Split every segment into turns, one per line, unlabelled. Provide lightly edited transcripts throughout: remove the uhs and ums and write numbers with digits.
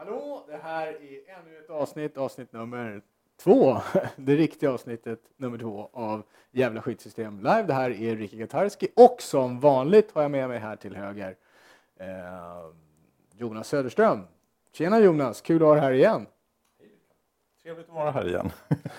Hallå, det här är ännu ett avsnitt nummer 2. Det riktiga avsnittet nummer 2 av Jävla skitsystem live. Det här är Ricky Gatarski och som vanligt har jag med mig här till höger Jonas Söderström. Tjena Jonas, kul att ha dig här igen.
Trevligt att vara här igen.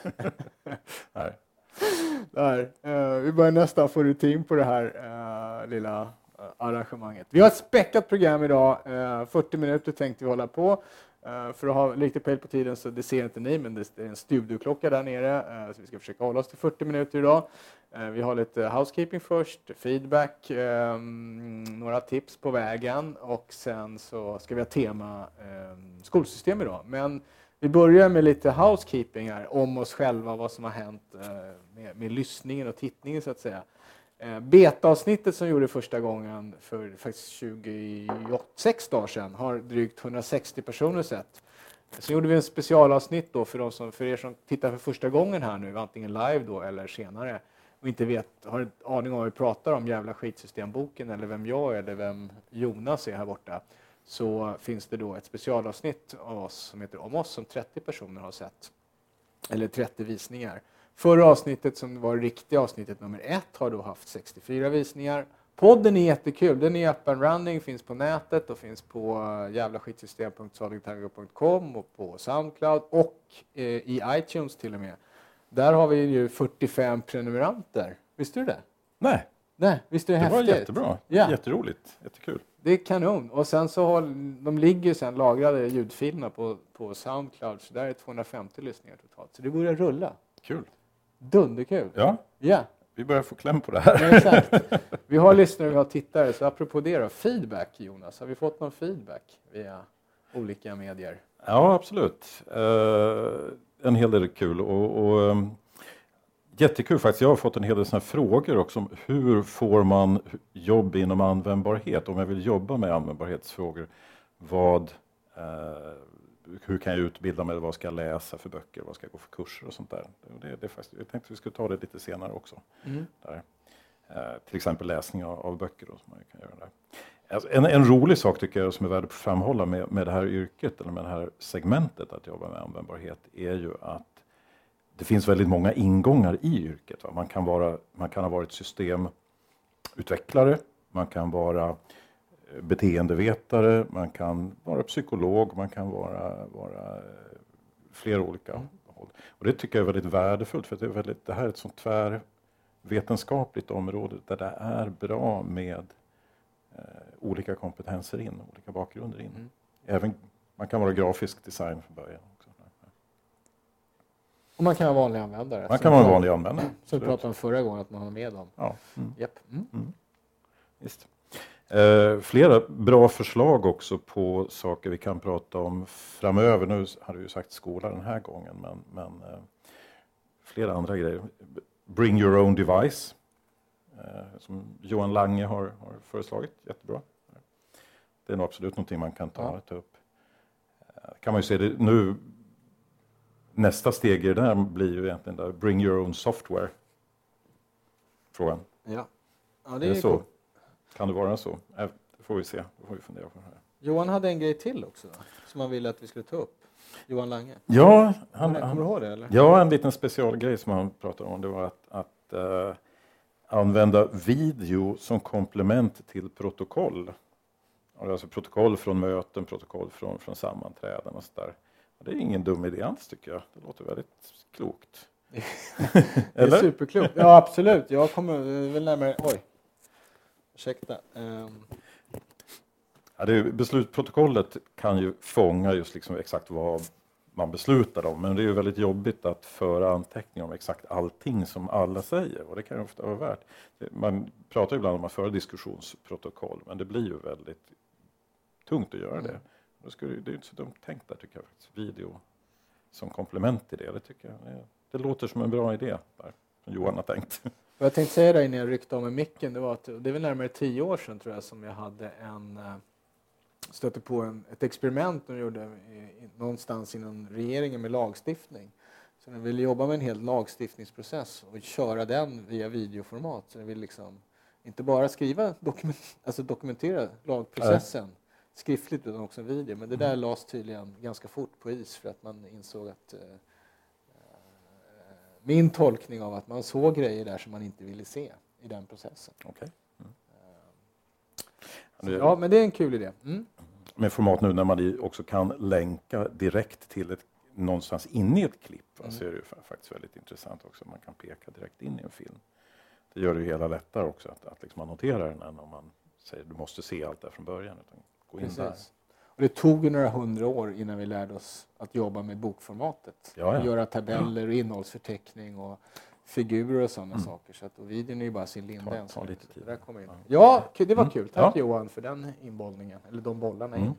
Vi börjar nästan få rutin på det här lilla arrangemanget. Vi har ett späckat program idag. 40 minuter tänkte vi hålla på. För att ha lite pejl på tiden så det ser inte ni, men det är en studioklocka där nere. Så vi ska försöka hålla oss till 40 minuter idag. Vi har lite housekeeping först, feedback, några tips på vägen och sen så ska vi ha tema skolsystem idag. Men vi börjar med lite housekeeping här om oss själva, vad som har hänt med lyssningen och tittningen så att säga. Beta-avsnittet som gjorde första gången för faktiskt 26 dagar sedan har drygt 160 personer sett. Så gjorde vi en specialavsnitt då för er som tittar för första gången här nu, antingen live då eller senare och inte har en aning om vad vi pratar om, jävla skitsystemboken eller vem jag är eller vem Jonas är här borta. Så finns det då ett specialavsnitt av oss som heter Om oss som 30 personer har sett. Eller 30 visningar. Förra avsnittet som var det riktiga avsnittet nummer 1 har då haft 64 visningar. Podden är jättekul. Den är up and running, finns på nätet och finns på jävlaskyttsystem.saligtango.com och på Soundcloud och i iTunes till och med. Där har vi ju 45 prenumeranter. Visste du det?
Nej,
visste du det
var
häftigt?
jättebra.
Ja.
Jätteroligt. Jättekul.
Det är kanon. Och sen så har de ligger sen lagrade ljudfilerna på Soundcloud. Så där är 250 lyssningar totalt. Så det börjar rulla.
Kul.
Dunderkul.
Ja.
Ja.
Vi börjar få kläm på det här.
Ja, exakt. Vi har lyssnare och vi har tittare. Så apropå det då, feedback Jonas. Har vi fått någon feedback via olika medier?
Ja, absolut. En hel del kul och jättekul faktiskt. Jag har fått en hel del såna här frågor också om hur får man jobb inom användbarhet? Om jag vill jobba med användbarhetsfrågor, hur kan jag utbilda mig? Vad ska jag läsa för böcker? Vad ska jag gå för kurser och sånt där? Det är faktiskt, jag tänkte att vi skulle ta det lite senare också. Där. Till exempel läsning av böcker då, som man kan göra där. Alltså en rolig sak tycker jag som är värd att framhålla med det här yrket eller med det här segmentet att jobba med användbarhet är ju att det finns väldigt många ingångar i yrket. Va? Man kan ha varit systemutvecklare, man kan vara beteendevetare, man kan vara psykolog, man kan vara flera olika håll. Och det tycker jag är väldigt värdefullt för att det här är ett sånt tvärvetenskapligt område där det är bra med olika kompetenser olika bakgrunder in. Även man kan vara grafisk design från början också.
Och man kan vara vanlig användare.
Man kan vara en vanlig användare.
Som vi pratade om förra gången att man har med dem.
Ja.
Yep.
Visst. Flera bra förslag också på saker vi kan prata om framöver. Nu har du ju sagt skola den här gången, men flera andra grejer. Bring your own device. Som Johan Lange har föreslagit. Jättebra. Det är nog absolut någonting man kan ta upp. Kan man ju se det nu. Nästa steg i det där blir ju egentligen där, bring your own software. Frågan.
Ja,
det är så. Kan det vara så? Det får vi se. Det får vi fundera på det här.
Johan hade en grej till också som han ville att vi skulle ta upp. Johan Lange.
Ja,
kommer du ihåg det eller?
Ja, en liten specialgrej som han pratade om det var att använda video som komplement till protokoll. Alltså protokoll från möten, protokoll från sammanträden och så där. Det är ingen dum idé alls tycker jag. Det låter väldigt klokt.
Det är superklokt. Ja, absolut. Jag kommer väl närmare... Oj. Ursäkta.
Ja, beslutsprotokollet kan ju fånga just liksom exakt vad man beslutar om. Men det är ju väldigt jobbigt att föra anteckningar om exakt allting som alla säger. Och det kan ju ofta vara värt. Man pratar ibland om att föra diskussionsprotokoll. Men det blir ju väldigt tungt att göra det. Det är ju inte så dumt tänkt där tycker jag faktiskt. Video som komplement till det. Det tycker jag. Det låter som en bra idé där. Som Johan har tänkt.
Vad jag tänkte säga där innan jag ryckte av med micken. Det var att det är väl närmare 10 år sedan tror jag som jag hade stötte på ett experiment de gjorde någonstans inom regeringen med lagstiftning. Så de ville jobba med en hel lagstiftningsprocess och köra den via videoformat. Så de ville liksom inte bara skriva dokumentera lagprocessen skriftligt utan också en video. Men det där lades tydligen ganska fort på is för att man insåg att min tolkning av att man såg grejer där som man inte ville se i den processen.
Okay.
Ja, men det är en kul idé.
Med format nu när man också kan länka direkt till någonstans inne i ett klipp, så är det ju faktiskt väldigt intressant också. Man kan peka direkt in i en film. Det gör det ju hela lättare också att liksom man noterar den än om man säger du måste se allt där från början. Utan gå in där.
Och det tog ju några 100 år innan vi lärde oss att jobba med bokformatet. Göra tabeller och innehållsförteckning och figurer och sådana saker. Så att, och videon är ju bara sin linda än.
Ta lite tid.
Där kommer in. Ja, det var kul. Tack Johan för den inbollningen. Eller de bollarna in.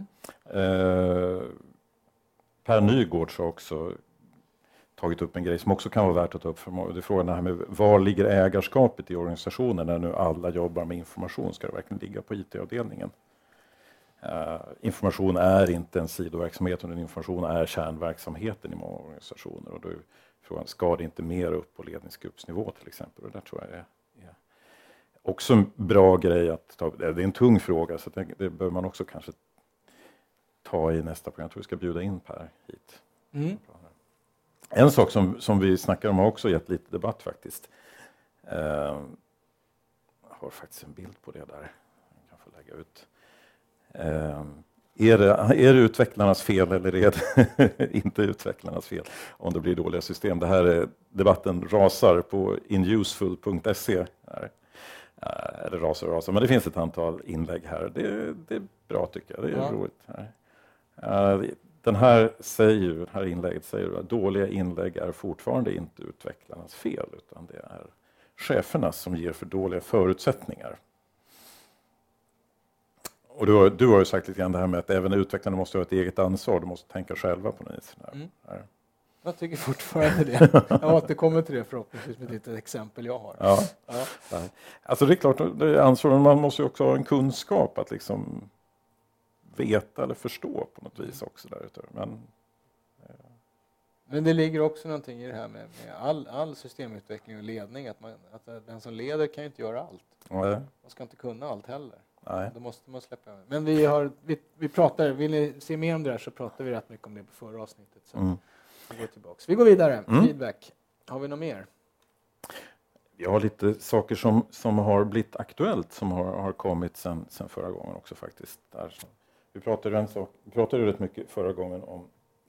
Per Nygårds har också tagit upp en grej som också kan vara värt att ta upp. Det är frågan här med var ligger ägarskapet i organisationen när nu alla jobbar med information? Ska det verkligen ligga på IT-avdelningen? Information är inte en sidoverksamhet, utan information är kärnverksamheten i många organisationer. Och då är frågan, ska det inte mer upp på ledningsgruppsnivå till exempel? Och där tror jag är också en bra grej att ta. Det är en tung fråga, så det bör man också kanske ta i nästa program. Jag tror vi ska bjuda in Per hit. En sak som vi snackar om har också gett lite debatt faktiskt. Jag har faktiskt en bild på det där. Jag kan få lägga ut. Är det utvecklarnas fel eller är det inte utvecklarnas fel om det blir dåliga system? Det här är, debatten rasar på inuseful.se. Eller rasar. Men det finns ett antal inlägg här. Det är bra tycker jag. Det är roligt. Den här inlägget säger att dåliga inlägg är fortfarande inte utvecklarnas fel, utan det är chefernas som ger för dåliga förutsättningar. Och du har ju sagt lite grann det här med att även utvecklarna måste ha ett eget ansvar. De måste tänka själva på något vis.
Jag tycker fortfarande det. Jag återkommer till det förhoppningsvis med ett exempel jag har.
Ja. Alltså det är klart, det är ansvar, men man måste ju också ha en kunskap att liksom veta eller förstå på något vis också därutöver.
Men det ligger också någonting i det här med all systemutveckling och ledning. Att den som leder kan ju inte göra allt.
Nej.
Man ska inte kunna allt heller.
Nej.
Då måste man släppa över. Men vi pratar, vill ni se mer om det här så pratar vi rätt mycket om det på förra avsnittet. Så vi går tillbaka. Vi går vidare. Feedback. Har vi något mer?
Vi har lite saker som har blivit aktuellt som har kommit sen förra gången också faktiskt. Vi pratade rätt mycket förra gången om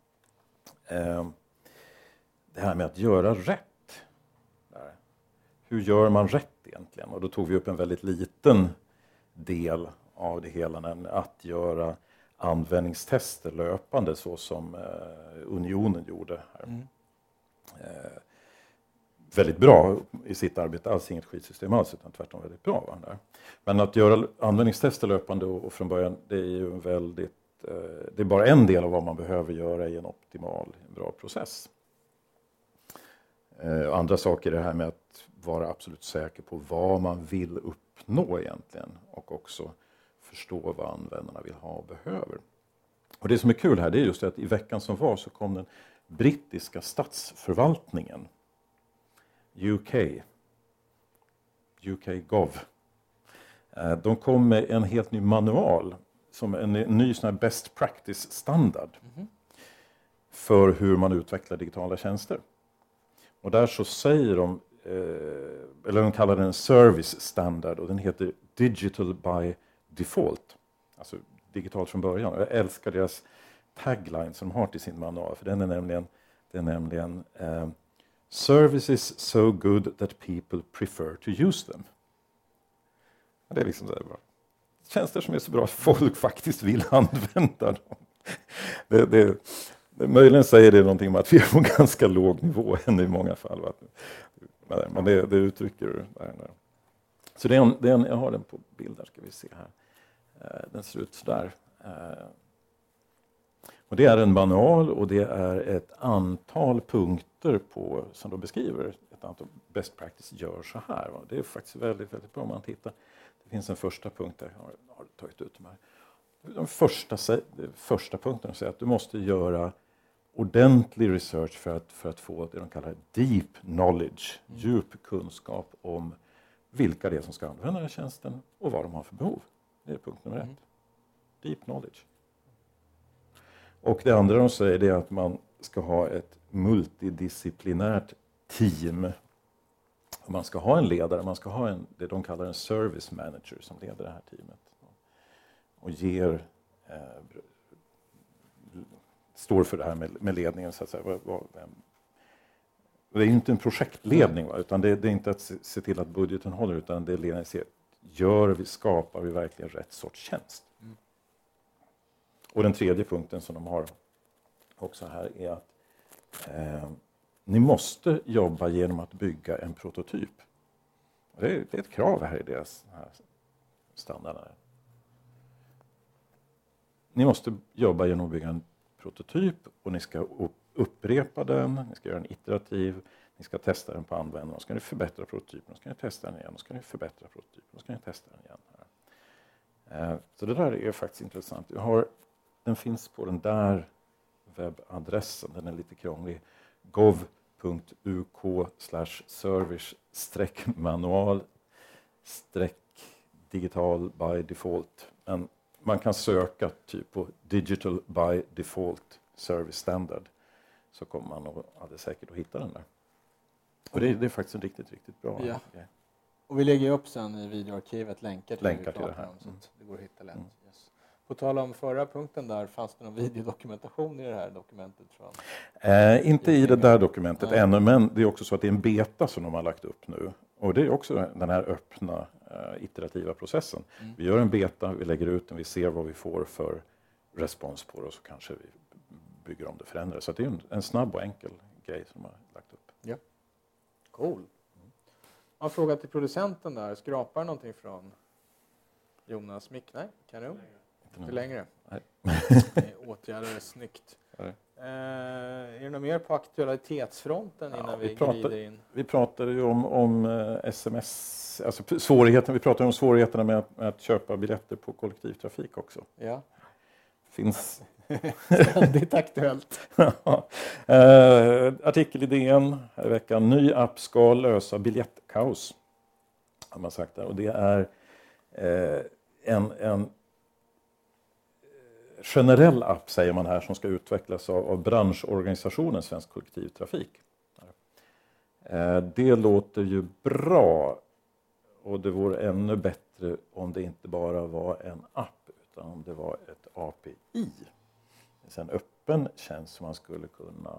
det här med att göra rätt. Hur gör man rätt egentligen? Och då tog vi upp en väldigt liten del av det hela, nämligen att göra användningstester löpande så som Unionen gjorde här. Väldigt bra i sitt arbete, alls inget skitsystem alls utan tvärtom väldigt bra. Men att göra användningstester löpande och från början, det är ju det är bara en del av vad man behöver göra i en optimal, bra process. Andra saker är det här med att vara absolut säker på vad man vill uppnå egentligen och också förstå vad användarna vill ha och behöver. Och det som är kul här, det är just det att i veckan som var så kom den brittiska statsförvaltningen, UK Gov. De kom med en helt ny manual som en ny sån här best practice standard för hur man utvecklar digitala tjänster. Och där så säger de, eller de kallar den en service standard och den heter Digital by Default. Alltså digitalt från början. Jag älskar deras tagline som de har till sin manual, för den är nämligen Services so good that people prefer to use them. Det är liksom det bra. Tjänster som är så bra att folk faktiskt vill använda dem. Möjligen säger det någonting om att vi är på en ganska låg nivå än i många fall. Men det uttrycker det. Så jag har den på bild där, ska vi se här. Den ser ut så där. Och det är en manual och det är ett antal punkter som då beskriver ett antal best practice gör så här. Det är faktiskt väldigt, väldigt bra om man tittar. Det finns en första punkt där jag har tagit ut de här. Den första punkten säger att du måste göra ordentlig research för att få det de kallar deep knowledge, djup kunskap om vilka det är som ska använda den här tjänsten och vad de har för behov. Det är punkt nummer 1. deep knowledge. Och det andra de säger är att man ska ha ett multidisciplinärt team. Man ska ha en ledare, man ska ha det de kallar en service manager som leder det här teamet. Och står för det här med ledningen. Så att säga. Det är inte en projektledning, utan det är inte att se till att budgeten håller, utan det är ledningen ser, skapar vi verkligen rätt sorts tjänst. Och den tredje punkten som de har också här är att ni måste jobba genom att bygga en prototyp. Det är ett krav här i deras här standarder. Ni måste jobba genom att bygga en prototyp och ni ska upprepa den, ni ska göra en iterativ, ni ska testa den på användaren, och ska ni förbättra prototypen, och ska ni testa den igen, och ska ni förbättra prototypen, och ska ni testa den igen. Så det där är faktiskt intressant. Den finns på den där webbadressen, den är lite krånglig, gov.uk/service-manual-digital by default. Men man kan söka typ på digital by default service standard, så kommer man alldeles säkert att hitta den där. Och det är faktiskt en riktigt, riktigt bra grej.
Och vi lägger upp sen i videoarkivet länkar till
det här.
Så att det går att hitta lätt. Yes. På tal om förra punkten där, fanns det någon videodokumentation i det här dokumentet?
Inte i det där dokumentet ännu, men det är också så att det är en beta som de har lagt upp nu. Och det är också den här öppna iterativa processen. Vi gör en beta, vi lägger ut den, vi ser vad vi får för respons på det, och så kanske vi bygger om det, förändrar. Så det är en snabb och enkel grej som de har lagt upp.
Ja. Cool. Jag har frågat till producenten där, skrapar någonting från Jonas mick? Nej, kanon. Inte längre.
Nej.
Åtgärdar det snyggt. Är det något mer på aktualitetsfronten innan vi glider in?
Vi pratade ju om SMS, alltså svårigheten. Vi pratade om svårigheterna med att köpa biljetter på kollektivtrafik också.
Ja.
Finns
ständigt aktuellt.
Artikel i DN här i veckan. Ny app ska lösa biljettkaos, har man sagt där. Och det är en generell app, säger man här, som ska utvecklas av branschorganisationen Svensk kollektivtrafik. Det låter ju bra, och det vore ännu bättre om det inte bara var en app, utan om det var ett API. En öppen tjänst som man skulle kunna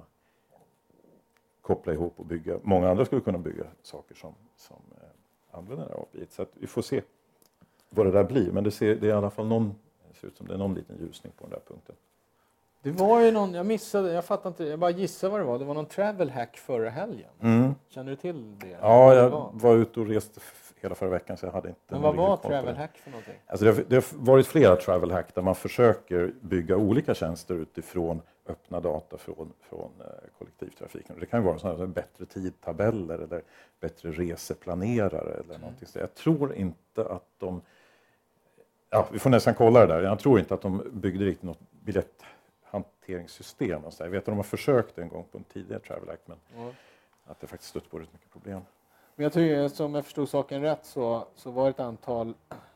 koppla ihop och bygga. Många andra skulle kunna bygga saker som använder det här API. Så att vi får se vad det där blir. Men det är i alla fall det ser ut som det är någon liten ljusning på den där punkten.
Det var ju någon, jag fattar inte, jag bara gissar vad det var. Det var någon travel hack förra helgen. Känner du till det?
Ja, jag var ute och reste hela förra veckan, så jag hade inte...
Men vad var travel hack för någonting?
Alltså det har varit flera travel hack där man försöker bygga olika tjänster utifrån öppna data från kollektivtrafiken. Det kan ju vara sådana här bättre tidtabeller eller bättre reseplanerare eller någonting. Så jag tror inte att de... Ja, vi får nästan kolla det där. Jag tror inte att de byggde riktigt något biljetthanteringssystem. Och så. Jag vet att de har försökt en gång på en tidigare travel hack, men att det faktiskt stött på rätt mycket problem.
Men jag tror, som jag förstod saken rätt, så var det ett antal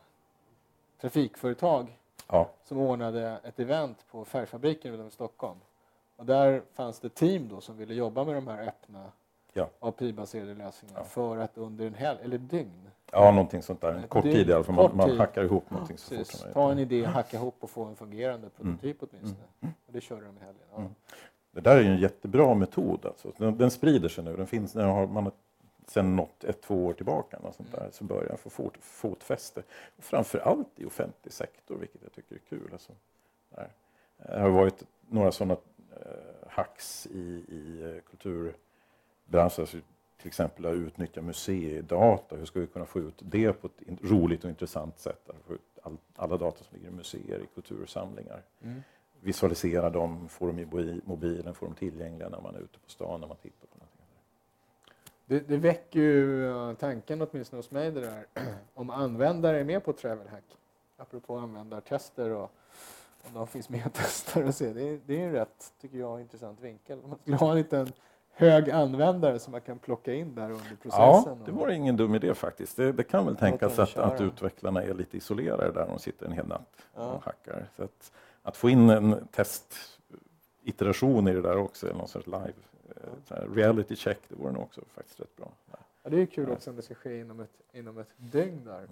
trafikföretag som ordnade ett event på färgfabriken utanför Stockholm. Och där fanns det team då som ville jobba med de här öppna API-baserade lösningarna för att under en helg, eller dygn.
Ja, någonting sånt där. En kort tid i alla fall. Man hackar ihop någonting så fort som möjligt.
Ta en idé, hacka ihop och få en fungerande prototyp åtminstone. Och det kör de i helgen. Ja.
Det där är ju en jättebra metod. Alltså. Den sprider sig nu. Den finns när man sen 1-2 år tillbaka och sånt där, så börjar få fotfäste. Och framförallt i offentlig sektor, vilket jag tycker är kul. Alltså, det har varit några sådana hacks i kulturbranschen, alltså, till exempel att utnyttja museidata. Hur ska vi kunna få ut det på ett roligt och intressant sätt? Att få ut alla data som ligger i museer, i kultursamlingar. Visualisera dem, få dem i mobilen, få dem tillgängliga när man är ute på stan, när man tittar på någonting.
Det väcker ju tanken åtminstone hos mig det där. Om användare är med på travel hack. Apropå användartester och om de finns med och testar och se. Det är en rätt, tycker jag, intressant vinkel. Om man skulle ha en liten hög användare som man kan plocka in där under processen.
Ja, det var ingen dum idé faktiskt. Det kan väl tänkas att utvecklarna är lite isolerade där de sitter en hel natt och hackar. Så att få in en testiteration i det där också, eller någon sorts live reality check, det vore nog också faktiskt rätt bra.
Ja, det är kul också om det ska ske inom ett dygn där.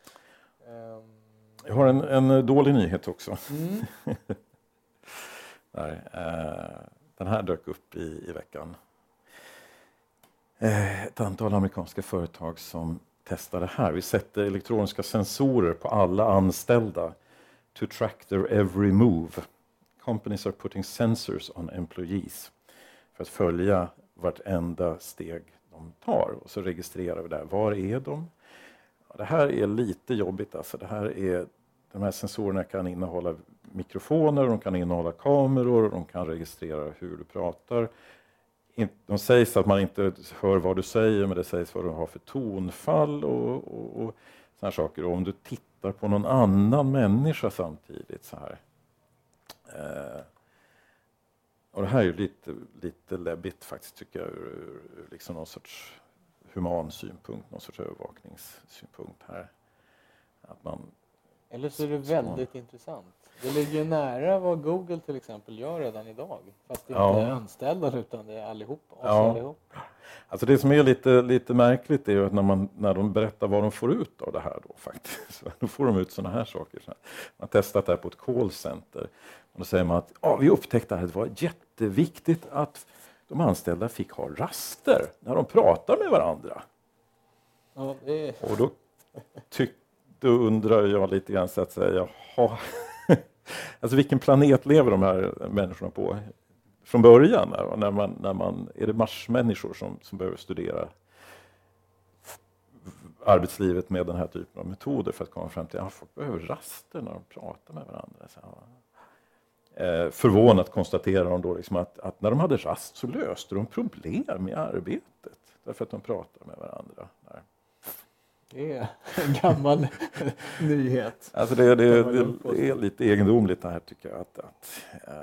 Jag har en dålig nyhet också. Den här dök upp i veckan. Ett antal amerikanska företag som testar det här. Vi sätter elektroniska sensorer på alla anställda to track their every move. Companies are putting sensors on employees för att följa vartenda steg de tar. Och så registrerar vi där. Var är de? Ja, det här är lite jobbigt. Alltså de här sensorerna kan innehålla mikrofoner, de kan innehålla kameror, de kan registrera hur du pratar. De sägs att man inte hör vad du säger, men det sägs vad du har för tonfall och såna saker. Och om du tittar på någon annan människa samtidigt så här. Och det här är ju lite läbbigt faktiskt, tycker jag, ur liksom någon sorts human synpunkt, någon sorts övervakningssynpunkt här. Att man
eller så är det väldigt intressant. Det ligger nära vad Google till exempel gör redan idag. Fast det inte är anställda utan det är allihop.
Alltså det som är lite märkligt är ju att när de berättar vad de får ut av det här då faktiskt. Då får de ut såna här saker. Man har testat det här på ett callcenter. Och då säger man att vi upptäckte att det var jätteviktigt att de anställda fick ha raster när de pratar med varandra.
Ja,
och då undrar jag lite grann så att säga, jaha. Alltså vilken planet lever de här människorna på från början? När man är det marsmänniskor som behöver studera arbetslivet med den här typen av metoder för att komma fram till att folk behöver raster när de pratar med varandra. Förvånat konstaterar de då liksom att när de hade rast så löste de problem i arbetet därför att de pratar med varandra.
Det är en gammal nyhet.
Alltså det är lite egendomligt det här, tycker jag. Att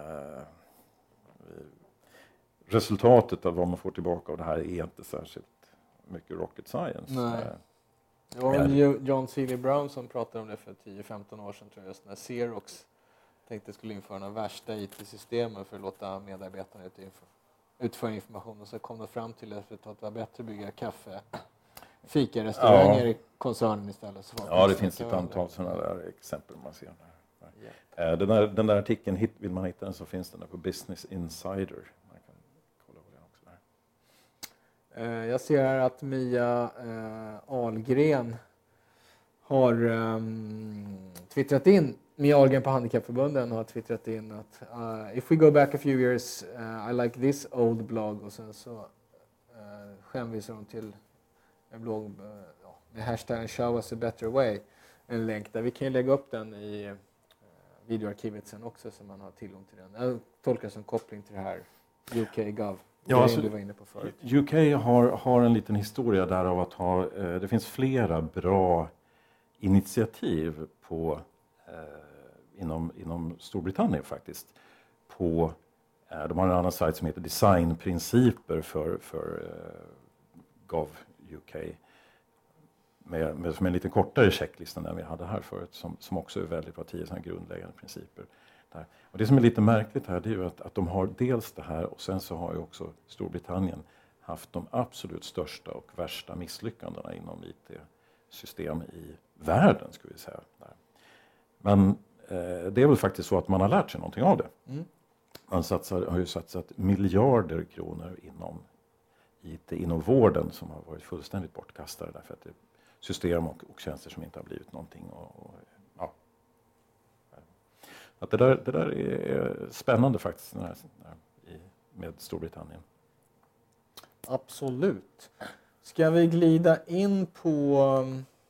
resultatet av vad man får tillbaka av det här är inte särskilt mycket rocket science.
Nej. Det var väl John Seeley Brown som pratade om det för 10-15 år sedan, tror jag, just när Xerox tänkte skulle införa de värsta IT-systemen för att låta medarbetarna utföra information. Och så kom de fram till att resultatet var bättre att bygga fika-restauranger i koncernen istället. Så
det finns ett antal sådana där exempel man ser där. Den där artikeln, vill man hitta den så finns den där på Business Insider. Man kan kolla på den också där.
Jag ser här att Mia Ahlgren har twittrat in. Mia Ahlgren på Handikappförbunden har twittrat in att if we go back a few years I like this old blog, och sen så hänvisar de till en blogg med hashtaggen show us a better way, en länk där vi kan lägga upp den i videoarkivet sen också så man har tillgång till den. Jag tolkar som koppling till det här UK Gov. Du var inne på förut.
UK har en liten historia där av att ha, det finns flera bra initiativ på inom Storbritannien faktiskt. De har en annan sajt som heter Designprinciper för Gov UK. Som en lite kortare checklista än vi hade här förut, som också är väldigt bra 10 grundläggande principer. Där. Och det som är lite märkligt här, det är ju att de har dels det här, och sen så har ju också Storbritannien haft de absolut största och värsta misslyckandena inom IT-system i världen, skulle vi säga. Där. Men det är väl faktiskt så att man har lärt sig någonting av det. Man har ju satsat miljarder kronor inom vården som har varit fullständigt bortkastade därför att det är system och tjänster som inte har blivit någonting. Att det där är spännande faktiskt med Storbritannien.
Absolut. Ska vi glida in på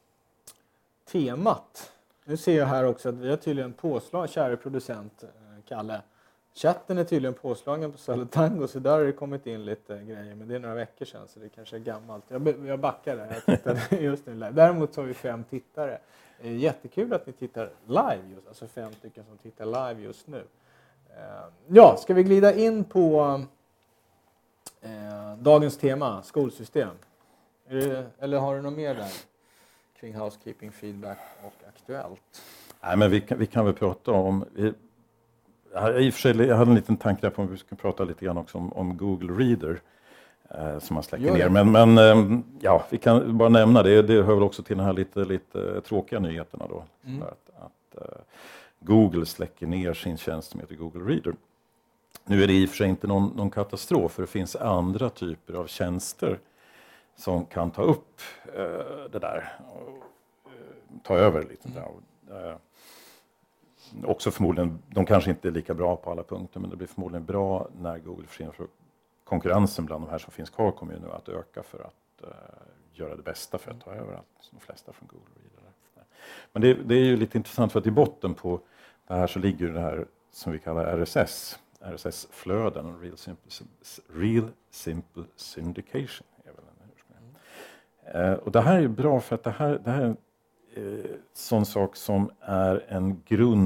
temat? Nu ser jag här också att vi har tydligen påslag, kära producent Kalle. Chatten är tydligen påslagen på Salad Tango, så där har det kommit in lite grejer. Men det är några veckor sedan så det kanske är gammalt. Jag backar där, jag tittade just nu live. Däremot så har vi 5 tittare. Jättekul att ni tittar live, alltså 5 stycken som tittar live just nu. Ja, ska vi glida in på Dagens tema, skolsystem. Eller har du något mer där kring housekeeping, feedback och aktuellt?
Nej, men vi kan väl prata om... I och för sig, jag hade en liten tanke där på om vi skulle prata lite grann också om Google Reader som man släcker ner. Men ja, vi kan bara nämna det. Det hör väl också till den här lite tråkiga nyheterna då. Att Google släcker ner sin tjänst som heter Google Reader. Nu är det i och för sig inte någon katastrof, för det finns andra typer av tjänster som kan ta upp det där och ta över lite där. Också förmodligen, de kanske inte är lika bra på alla punkter, men det blir förmodligen bra när Google försvinner, för konkurrensen bland de här som finns kvar kommer ju nu att öka för att göra det bästa för att ta över allt, de flesta från Google Reader. Men det är ju lite intressant, för att i botten på det här så ligger det här som vi kallar RSS-flöden, Real Simple Syndication. Och det här är ju bra, för att det här är sån sak som är en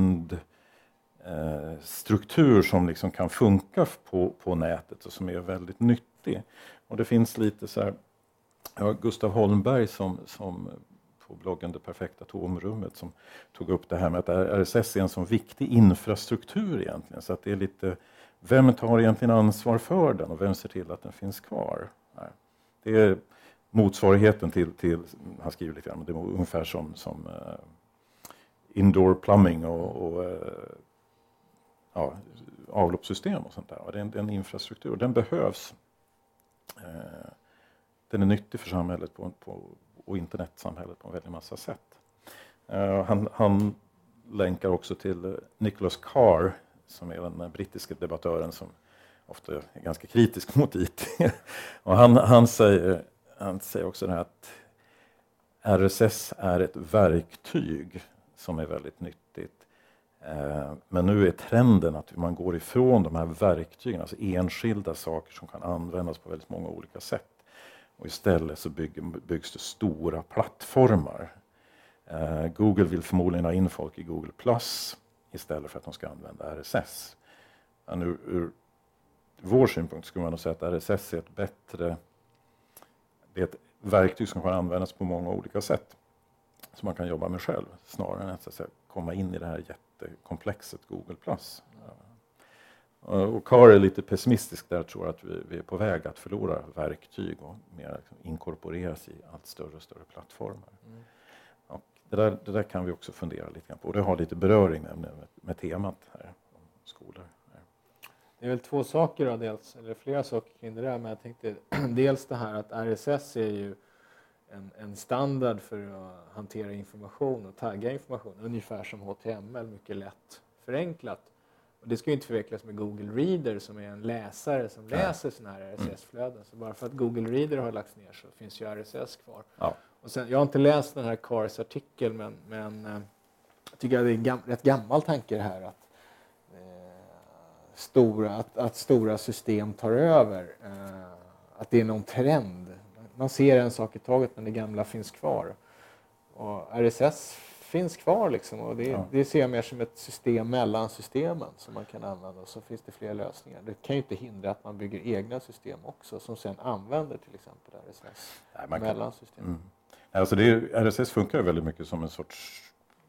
grundstruktur som liksom kan funka på nätet och som är väldigt nyttig. Och det finns lite så här, Gustav Holmberg som på bloggen Det perfekta tomrummet, som tog upp det här med att RSS är en sån viktig infrastruktur egentligen, så att det är lite, vem tar egentligen ansvar för den och vem ser till att den finns kvar? Nej. Det är motsvarigheten till han skriver lite grann, det är ungefär som indoor plumbing och avloppssystem och sånt där. Och det är en infrastruktur, den behövs. Den är nyttig för samhället och internetsamhället på en väldigt massa sätt. Han länkar också till Nicholas Carr, som är den brittiska debattören som ofta är ganska kritisk mot IT. Och han säger också det här att RSS är ett verktyg som är väldigt nyttigt. Men nu är trenden att man går ifrån de här verktygen, alltså enskilda saker som kan användas på väldigt många olika sätt. Och istället så byggs det stora plattformar. Google vill förmodligen ha in folk i Google Plus istället för att de ska använda RSS. Men ur vår synpunkt skulle man nog säga att RSS är det är ett verktyg som kan användas på många olika sätt. Som man kan jobba med själv, snarare än att komma in i det här jättekomplexet Google Plus. Och Carr är lite pessimistisk där, tror att vi är på väg att förlora verktyg och mer inkorporeras i allt större och större plattformar. Och det där kan vi också fundera lite grann på. Och det har lite beröring med temat här om skolor.
Det är väl två saker då, eller flera saker kring det där, men jag tänkte dels det här att RSS är ju en standard för att hantera information och tagga information, ungefär som HTML, mycket lätt förenklat. Och det ska ju inte förvecklas med Google Reader som är en läsare som läser sådana här RSS-flöden. Så bara för att Google Reader har lagts ner så finns ju RSS kvar. Ja. Och sen, jag har inte läst den här Carrs artikel, men jag tycker att det är rätt gammal tanke det här att stora system tar över. Att det är någon trend. Man ser en sak i taget, men det gamla finns kvar. Och RSS finns kvar liksom, och det ser jag mer som ett system mellan systemen som man kan använda, och så finns det fler lösningar. Det kan ju inte hindra att man bygger egna system också som sen använder till exempel RSS mellan systemen.
Alltså RSS funkar väldigt mycket som en sorts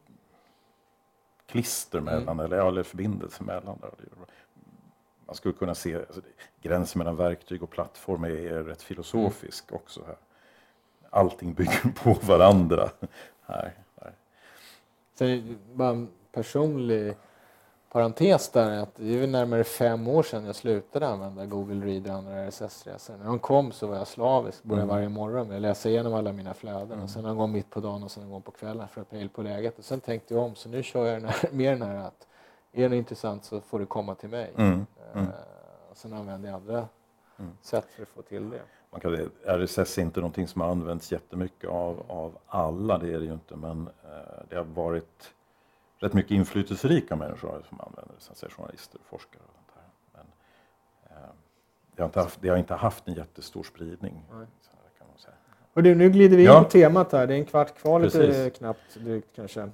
klister mellan eller förbindelse mellan där. Man skulle kunna se gränsen mellan verktyg och plattform är rätt filosofisk också här. Allting bygger på varandra här.
Sen bara en personlig parentes där, att det är väl närmare 5 år sedan jag slutade använda Google Reader och andra RSS-resor. När de kom så var jag slavisk, började varje morgon med att läsa igenom alla mina flöden, och sen en gång mitt på dagen och sen en gång på kvällen för att pejl på läget. Och sen tänkte jag om, så nu kör jag den här att är det intressant så får det komma till mig. Och sen använder jag andra sätt för att få till det.
RSS är inte någonting som har använts jättemycket av alla, det är det ju inte, men det har varit rätt mycket inflytelserika människor som använder det, så att säga, journalister, forskare och sånt här. Men det har inte haft en jättestor spridning. Så kan man säga.
Och nu glider vi in på temat här, det är en kvart kvar lite knappt drygt kanske.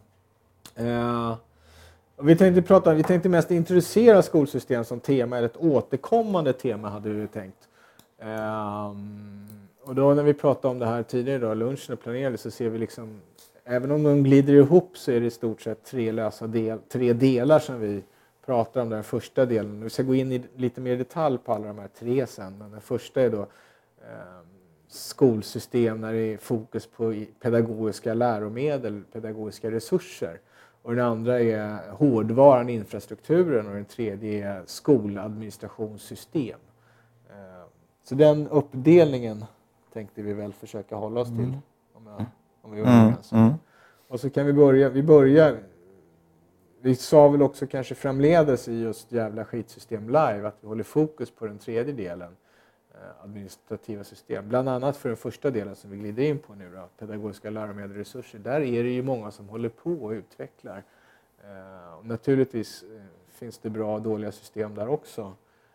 Vi tänkte mest introducera skolsystem som tema, eller ett återkommande tema hade vi tänkt. Och då när vi pratade om det här tidigare då, lunchen och planerade, så ser vi liksom, även om de glider ihop så är det i stort sett tre delar som vi pratar om. Den första delen, vi ska gå in i lite mer detalj på alla de här tre sen, men den första är då skolsystem när det är fokus på pedagogiska läromedel, pedagogiska resurser. Och den andra är hårdvaran, infrastrukturen, och den tredje är skoladministrationssystem. Så den uppdelningen tänkte vi väl försöka hålla oss till, om vi är överens. Och så kan vi börja. Vi sa väl också kanske framledes i just jävla skitsystem live att vi håller fokus på den tredje delen, administrativa system. Bland annat för den första delen som vi glider in på nu då, pedagogiska läromedel och resurser. Där är det ju många som håller på och utvecklar. Och naturligtvis finns det bra och dåliga system där också.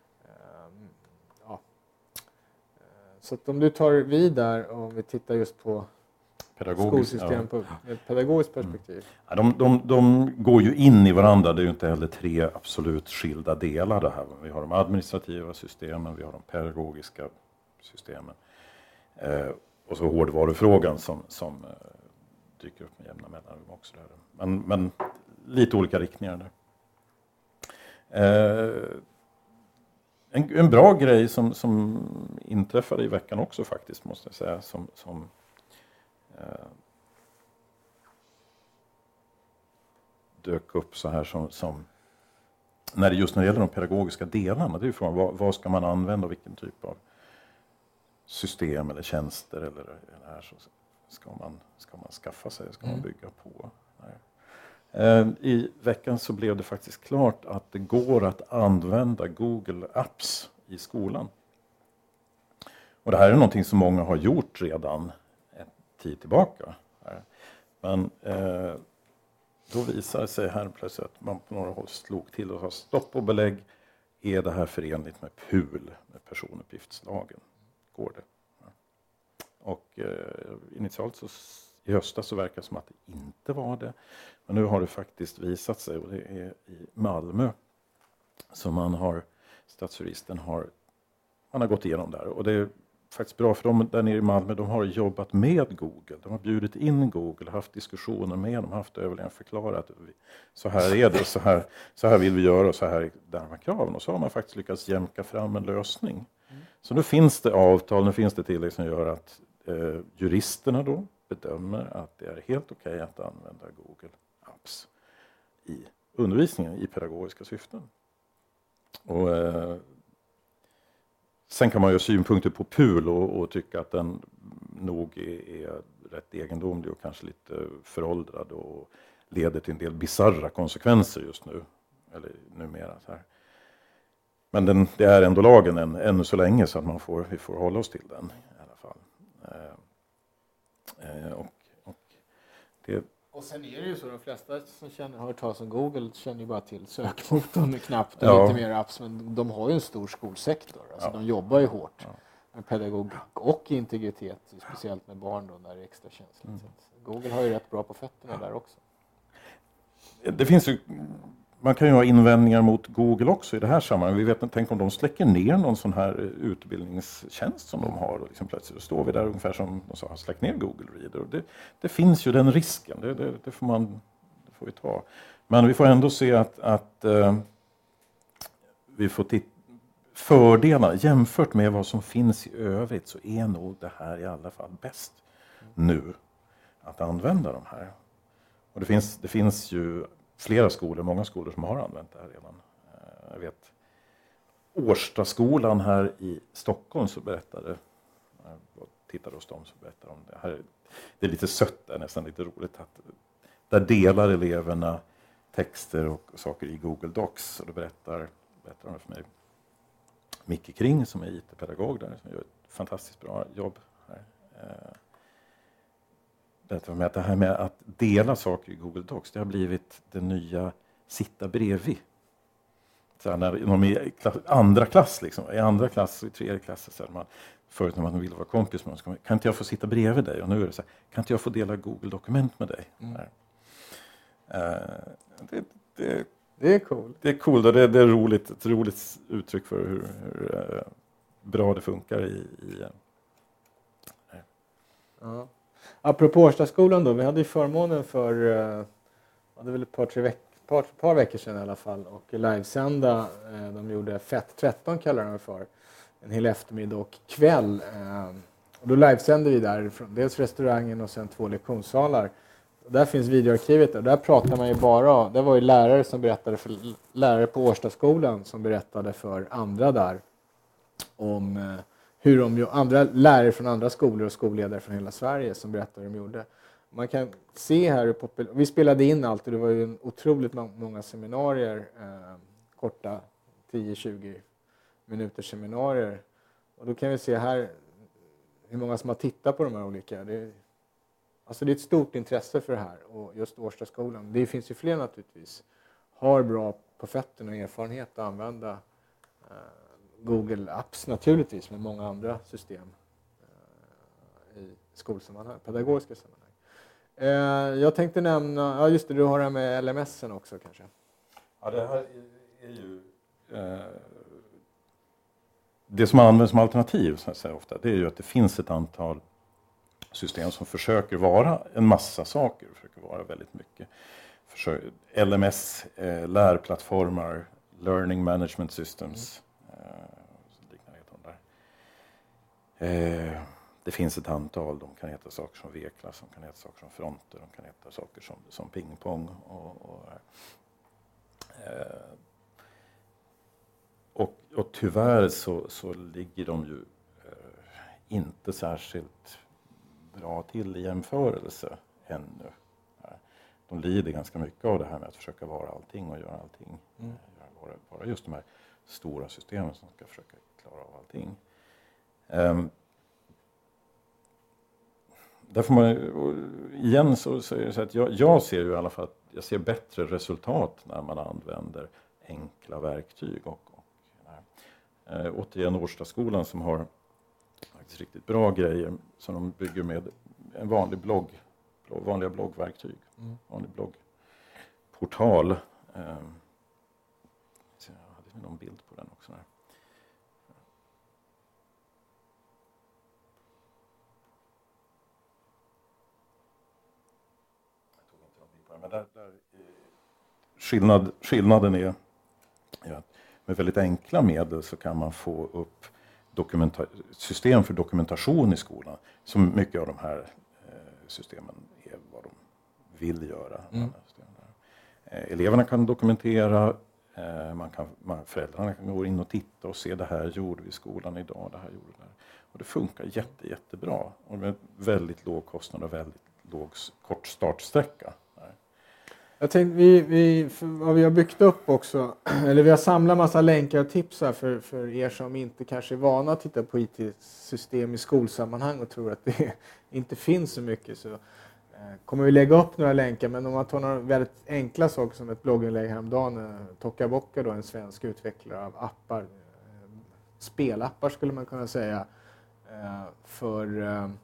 Så att om du tar vid där och vi tittar just på skolsystem på ett pedagogiskt perspektiv.
Ja, de går ju in i varandra. Det är ju inte heller tre absolut skilda delar det här. Vi har de administrativa systemen, vi har de pedagogiska systemen. Och så hårdvarufrågan som dyker upp med jämna mellanrum också. Där. Men lite olika riktningar där. En bra grej som inträffade i veckan också faktiskt, måste jag säga, som dök upp så här som när det gäller de pedagogiska delarna, det är ju frågan vad ska man använda och vilken typ av system eller tjänster eller här så ska man skaffa sig, ska man bygga på. I veckan så blev det faktiskt klart att det går att använda Google Apps i skolan. Och det här är någonting som många har gjort redan en tid tillbaka. Men då visar det sig här plötsligt att man på några håll slog till och sa stopp och belägg. Är det här förenligt med PUL, med personuppgiftslagen? Går det? Och initialt så i höstas så verkar det som att det inte var det. Men nu har det faktiskt visat sig, och det är i Malmö som statsjuristen har gått igenom där. Och det är faktiskt bra för dem där nere i Malmö, de har jobbat med Google. De har bjudit in Google, haft diskussioner med dem, haft överläggningar, förklarat så här är det, så här vill vi göra och så här är de här kraven. Och så har man faktiskt lyckats jämka fram en lösning. Så nu finns det avtal, nu finns det tillägg som gör att juristerna då bedömer att det är helt okej att använda Google Apps i undervisningen i pedagogiska syften. Och sen kan man ju ha synpunkter på PUL och tycka att den nog är rätt egendomlig och kanske lite föråldrad och leder till en del bizarra konsekvenser just nu, eller numera så här. Men det är ändå lagen ännu så länge, så att vi får hålla oss till den i alla fall.
Och sen är det ju så, de flesta som har hört talas om Google känner ju bara till sökmotorn med knappt och lite mer apps, men de har ju en stor skolsektor. Alltså de jobbar ju hårt med pedagogik och integritet, speciellt med barn då, när det är extra känsligt. Google har ju rätt bra på fötterna där också.
Det finns ju, man kan ju ha invändningar mot Google också i det här sammanhanget. Vi vet inte, tänk om de släcker ner någon sån här utbildningstjänst som de har och liksom plötsligt står vi där ungefär som de sa, har släckt ner Google Reader. Det finns ju den risken, det får vi ta. Men vi får ändå se att vi får fördelarna jämfört med vad som finns i övrigt, så är nog det här i alla fall bäst nu att använda de här. Och det finns ju många skolor som har använt det här redan. Jag vet Årstaskolan här i Stockholm så berättade, jag tittade hos dem så berättade om det här. Det är lite sött där, nästan lite roligt att där delar eleverna texter och saker i Google Docs, och då berättar de för mig Micke Kring som är IT-pedagog där, som gör ett fantastiskt bra jobb här. Med att det här med att dela saker i Google Docs, det har blivit det nya sitta bredvid. Så här, när de är i andra klass, liksom, i andra klass och i tredje klass, så här, förut när man ville vara kompis med någon, kan inte jag få sitta bredvid dig? Och nu är det så här, kan inte jag få dela Google-dokument med dig?
Det är coolt.
Det är coolt och det är roligt, ett roligt uttryck för hur bra det funkar i
Ja. Apropå Årstaskolan då, vi hade ju förmånen för det var väl ett par veckor sedan i alla fall och livesända, de gjorde FET 13 kallar de för, en hel eftermiddag och kväll. Och då livesände vi där från dels restaurangen och sen 2 lektionssalar. Och där finns videoarkivet och där pratar man ju bara, det var ju lärare som berättade för lärare på Årstaskolan som berättade för andra där om hur andra lärare från andra skolor och skolledare från hela Sverige som berättade hur de gjorde. Man kan se här, vi spelade in allt och det var ju en otroligt många seminarier, korta 10-20 minuters seminarier. Och då kan vi se här hur många som har tittat på de här olika. Det är ett stort intresse för det här och just Årstaskolan. Det finns ju fler naturligtvis. Har bra på fötterna och erfarenhet att använda Google Apps naturligtvis med många andra system i skolsammanhang, pedagogiska sammanhang. Jag tänkte nämna, just det, du har det här med LMSen också kanske.
Ja, det här är ju det som används som alternativ så att säga, ofta, det är ju att det finns ett antal system som försöker vara en massa saker, försöker vara väldigt mycket. LMS, lärplattformar, Learning Management Systems, det finns ett antal, de kan heta saker som V-klass, de kan heta saker som fronter, de kan heta saker som pingpong och tyvärr så ligger de ju inte särskilt bra till i jämförelse ännu. De lider ganska mycket av det här med att försöka vara allting och göra allting. Vara just de här stora systemen som ska försöka klara av allting. Därför igen så är det så att jag ser ju i alla fall att jag ser bättre resultat när man använder enkla verktyg återigen Årstaskolan som har faktiskt riktigt bra grejer som de bygger med en vanliga bloggverktyg, vanlig bloggportal. Så jag hade någon bild på den också här. Men där skillnaden är att med väldigt enkla medel så kan man få upp system för dokumentation i skolan. Som mycket av de här systemen är vad de vill göra. Eleverna kan dokumentera, föräldrarna kan gå in och titta och se det här gjorde vi i skolan idag, det här gjorde det där. Och det funkar jättebra och med väldigt låg kostnad och väldigt kort startsträcka.
Jag tänkte vad vi har byggt upp också, eller vi har samlat massa länkar och tips här för er som inte kanske är vana att titta på IT-system i skolsammanhang och tror att det inte finns så mycket, så kommer vi lägga upp några länkar, men om man tar några väldigt enkla saker som ett blogginlägg häromdagen, Tokaboka då, en svensk utvecklare av appar, spelappar skulle man kunna säga, för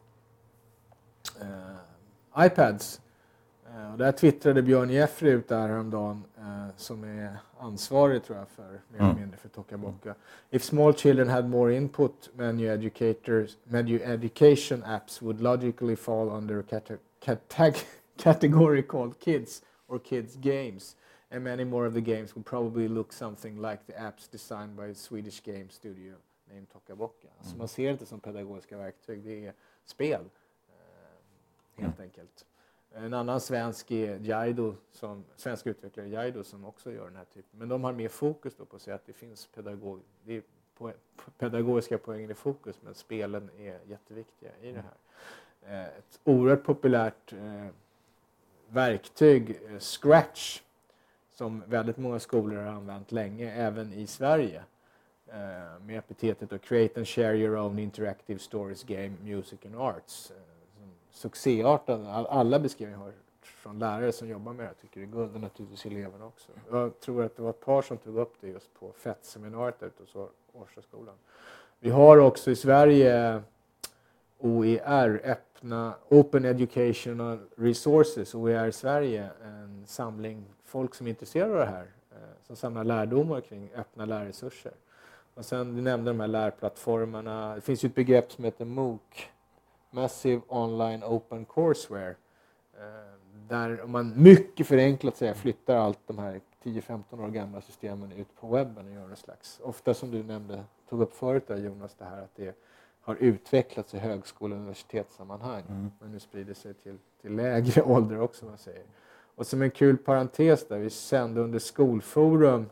iPads. Och där twittrade Björn Jeffrey ut där häromdagen, som är ansvarig tror jag för mer eller mindre för Tokaboka. If small children had more input, menu education apps would logically fall under a category called kids or kids games, and many more of the games would probably look something like the apps designed by a Swedish game studio named Tokaboka. Så man ser det inte som pedagogiska verktyg, det är spel helt enkelt. En annan svensk är Jaido, svensk utvecklare Jaido, som också gör den här typen. Men de har mer fokus då på att säga att det finns pedagogiska poänger i fokus, men spelen är jätteviktiga i det här. Ett oerhört populärt verktyg, Scratch, som väldigt många skolor har använt länge, även i Sverige. Med epitetet och Create and Share Your Own Interactive Stories Game, Music and Arts. Succéarten, alla beskrivningar har från lärare som jobbar med det, tycker det är guld, och naturligtvis eleverna också. Jag tror att det var ett par som tog upp det just på FET-seminariet ute hos Årstaskolan. Vi har också i Sverige OER, Open Educational Resources, OER Sverige, en samling folk som är intresserade av det här, som samlar lärdomar kring öppna lärresurser. Och sen, du nämnde de här lärplattformarna. Det finns ju ett begrepp som heter MOOC. Massive Online Open Courseware. Där om man mycket förenklat säger flyttar allt de här 10-15 år gamla systemen ut på webben och gör en slags, ofta som du nämnde, tog upp förut där Jonas, det här att det har utvecklats i högskole- och universitetssammanhang. Men nu sprider sig till lägre ålder också, man säger. Och som en kul parentes där, vi sände under Skolforum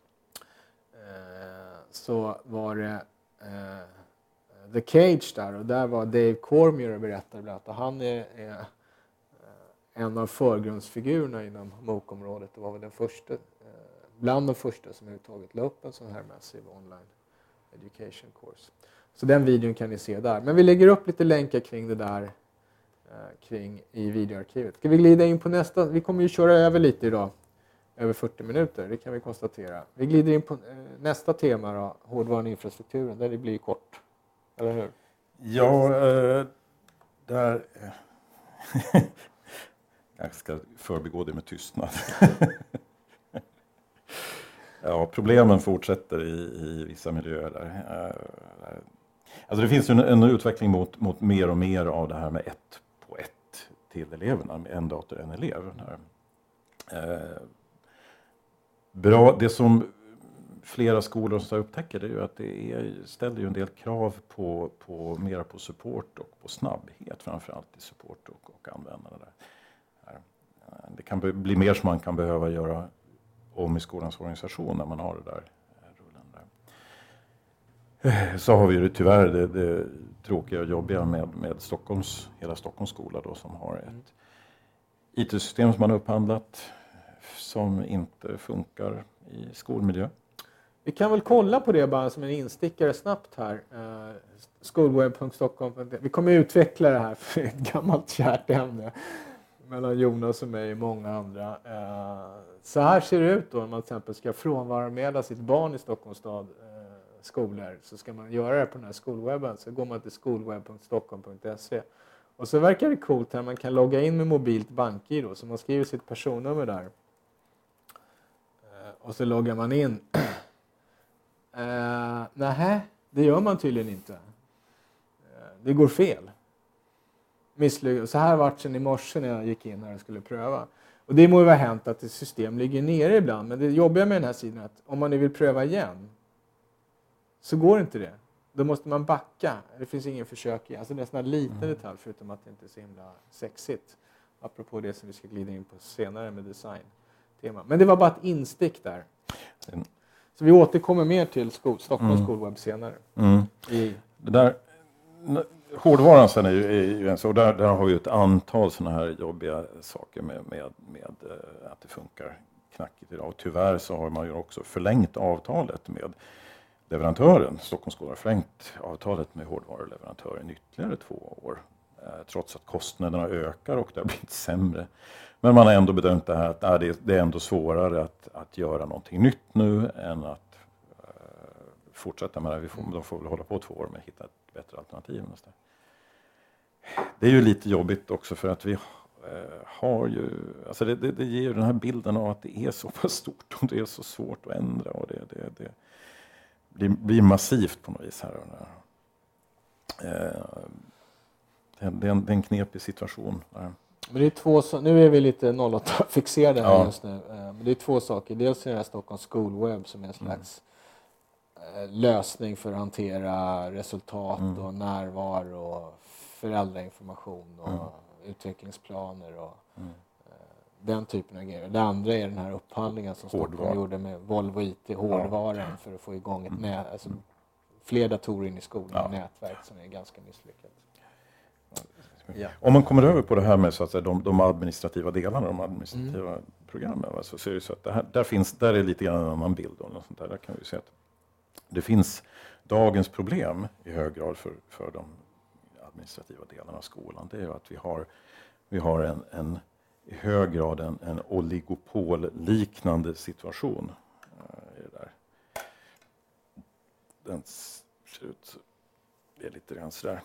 så var det The Cage där, och där var Dave Cormier och berättade bland annat. Han är en av förgrundsfigurerna inom MOOC-området. Det var väl den första, bland de första som överhuvudtaget la upp en sån här massive online education course. Så den videon kan ni se där. Men vi lägger upp lite länkar kring det där kring i videoarkivet. Ska vi glida in på nästa? Vi kommer ju köra över lite idag. Över 40 minuter, det kan vi konstatera. Vi glider in på nästa tema då, hårdvaran och infrastrukturen, där det blir kort. Eller hur?
Ja, där... Jag ska förbigå det med tystnad. Ja, problemen fortsätter i vissa miljöer där. Alltså det finns ju en utveckling mot mer och mer av det här med 1-på-1 till eleverna, med en dator, en elev. Bra, det som flera skolor som upptäcker, det är ju att det ställer ju en del krav på mera på support och på snabbhet, framförallt i support och användande där. Det kan bli mer som man kan behöva göra om i skolans organisation när man har det där rullen där. Så har vi ju tyvärr det tråkiga och jobbiga med hela Stockholms skola då, som har ett IT-system som man har upphandlat som inte funkar i skolmiljö.
Vi kan väl kolla på det bara som en instickare snabbt här. Skolweb.stockholm. Vi kommer utveckla det här för ett gammalt kärt ämne mellan Jonas och mig och många andra. Så här ser det ut då när man till exempel ska frånvaroanmäla sitt barn i Stockholms stad skolor. Så ska man göra det på den här skolwebben. Så går man till skolweb.stockholm.se. Och så verkar det coolt här. Man kan logga in med mobilt BankID. Så man skriver sitt personnummer där. Och så loggar man in. Nej, det gör man tydligen inte. Det går fel. Så här var det sen i morse när jag gick in här och skulle pröva. Och det må ju vara hänt att ett system ligger nere ibland. Men det jobbiga med den här sidan är att om man nu vill pröva igen så går inte det. Då måste man backa. Det finns ingen försök igen. Alltså det är en sån här liten detalj, förutom att det inte är så himla sexigt. Apropå det som vi ska glida in på senare med design-tema. Men det var bara ett instick där. Så vi återkommer mer till Stockholms skolwebb senare.
Det där, hårdvaran sen är ju en så, där har vi ett antal såna här jobbiga saker med att det funkar knackigt idag. Och tyvärr så har man ju också förlängt avtalet med leverantören. Stockholms skola har förlängt avtalet med hårdvaruleverantören ytterligare 2 år. Trots att kostnaderna ökar och det har blivit sämre. Men man har ändå bedömt det här att det är ändå svårare att göra någonting nytt nu än att fortsätta med det. De får väl hålla på 2 år med att hitta ett bättre alternativ. Det är ju lite jobbigt också för att vi har ju, alltså det ger ju den här bilden av att det är så pass stort och det är så svårt att ändra och det blir massivt på något vis här. Det är en knepig situation.
Men det är nu är vi lite 08-fixerade här just nu. Men det är 2 saker. Dels är det här Stockholms skolwebb som är en slags lösning för att hantera resultat och närvaro och föräldrainformation och utvecklingsplaner och den typen av grejer. Det andra är den här upphandlingen som Stockholm gjorde med Volvo IT, hårdvaran, för att få igång ett nät, alltså fler datorer in i skolan, nätverk som är ganska misslyckat.
Ja. Om man kommer över på det här med så att säga, de administrativa delarna, de administrativa programmen, alltså, så är det så att där är lite grann en annan bild. Och sånt där kan vi se att det finns dagens problem i hög grad för de administrativa delarna av skolan. Det är ju att vi har en i hög grad en oligopolliknande situation i det där. Den ser ut, det är lite grann sådär.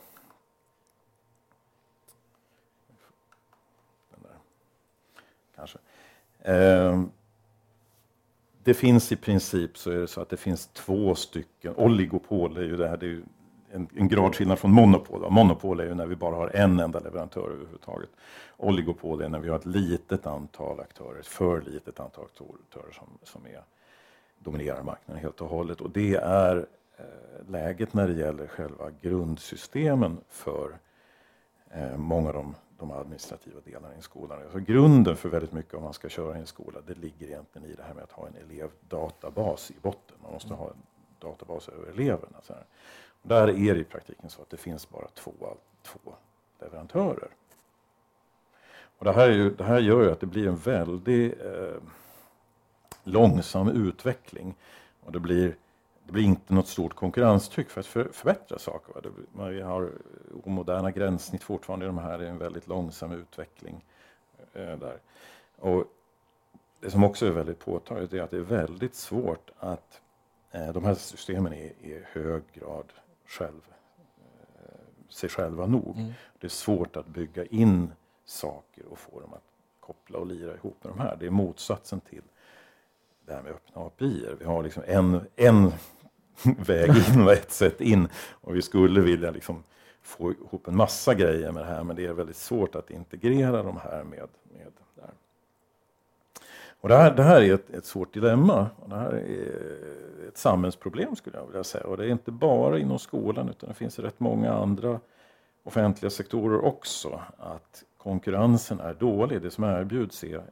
Den där, kanske. det finns i princip så är det så att det finns 2 stycken. Oligopol är ju det här, det är ju en gradskillnad från monopol. Monopol är ju när vi bara har en enda leverantör överhuvudtaget. Oligopol är när vi har ett litet antal aktörer, ett för litet antal aktörer som dominerar marknaden helt och hållet. Och det är läget när det gäller själva grundsystemen för många av de administrativa delarna i skolan. Så grunden för väldigt mycket om man ska köra i en skola, det ligger egentligen i det här med att ha en elevdatabas i botten. Man måste ha en databas över eleverna. Så här. Och där är det i praktiken så att det finns bara två leverantörer. Och det här gör ju att det blir en väldigt långsam utveckling. Och det blir inte något stort konkurrenstryck för att förbättra saker. Vi har omoderna gränssnitt fortfarande i de här. Det är en väldigt långsam utveckling där. Och det som också är väldigt påtagligt är att det är väldigt svårt att de här systemen är i hög grad sig själva nog. Det är svårt att bygga in saker och få dem att koppla och lira ihop med de här. Det är motsatsen till det här med öppna API-er. Vi har liksom en väg in och ett sätt in. Och vi skulle vilja liksom få ihop en massa grejer med det här. Men det är väldigt svårt att integrera de här med det här. Och det här är ett svårt dilemma. Och det här är ett samhällsproblem skulle jag vilja säga. Och det är inte bara inom skolan utan det finns rätt många andra offentliga sektorer också. Att konkurrensen är dålig. Det som erbjuds är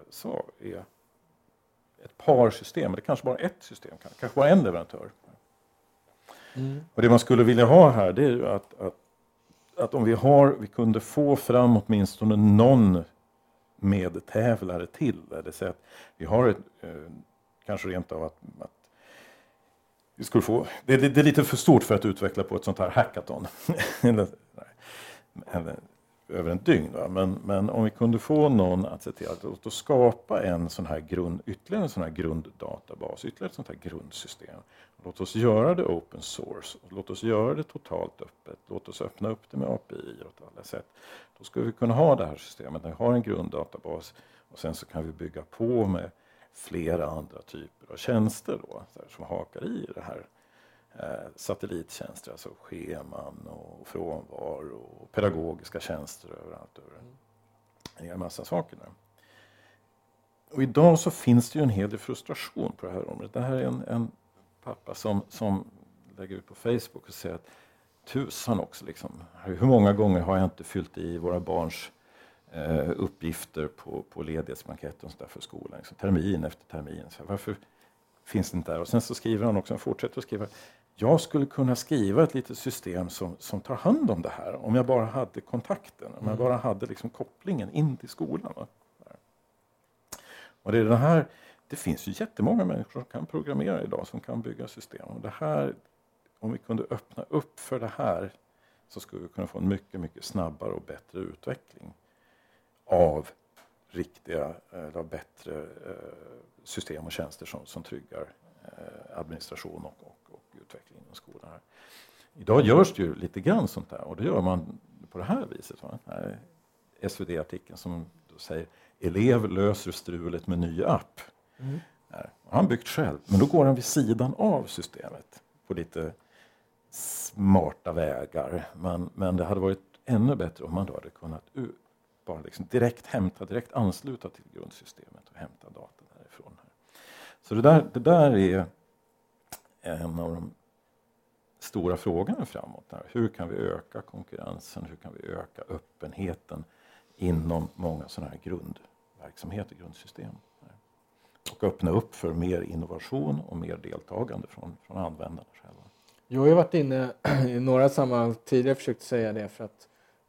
ett par system. Eller kanske bara ett system. Kanske bara en leverantör. Och det man skulle vilja ha här det är ju att om vi kunde få fram åtminstone någon medtävlare till. Det säger att vi har kanske rent av att vi skulle få. Det är lite för stort för att utveckla på ett sånt här hackathon. eller över en dygn. Va? Men om vi kunde få någon att se till att skapa en sån här ytterligare en sån här grunddatabas, ytterligare ett sånt här grundsystem. Låt oss göra det open source. Låt oss göra det totalt öppet. Låt oss öppna upp det med API och alla sätt. Då skulle vi kunna ha det här systemet. När vi har en grunddatabas och sen så kan vi bygga på med flera andra typer av tjänster då, som hakar i det här. Satellittjänster, alltså scheman och frånvaro och pedagogiska tjänster överallt. Det är en massa saker där. Och idag så finns det ju en hel del frustration på det här området. Det här är en pappa som lägger ut på Facebook och säger att tusan också liksom. Hur många gånger har jag inte fyllt i våra barns uppgifter på ledighetsblanketter och sådär för skolan. Liksom, termin efter termin. Så varför finns det inte där? Och sen så skriver han också, han fortsätter att skriva. Jag skulle kunna skriva ett litet system som tar hand om det här. Om jag bara hade kontakten. Om jag bara hade liksom kopplingen in till skolan. Va? Och det är den här. Det finns ju jättemånga människor som kan programmera idag. Som kan bygga system. Och det här, om vi kunde öppna upp för det här. Så skulle vi kunna få en mycket, mycket snabbare och bättre utveckling. Av riktiga, eller bättre system och tjänster som tryggar administration och utveckling inom skolan. Här. Idag görs det ju lite grann sånt där och det gör man på det här viset. Va? Här SvD-artikeln som då säger elev löser strulet med ny app. Han byggt själv, men då går han vid sidan av systemet på lite smarta vägar. Men det hade varit ännu bättre om man då hade kunnat bara liksom direkt ansluta till grundsystemet och hämta datan härifrån. Här. Så det där är en av de stora frågorna framåt. Här. Hur kan vi öka konkurrensen? Hur kan vi öka öppenheten inom många sådana här grundverksamheter, grundsystem? Här. Och öppna upp för mer innovation och mer deltagande från användarna själva.
Jag har ju varit inne i några sammanhang tidigare försökt säga det för att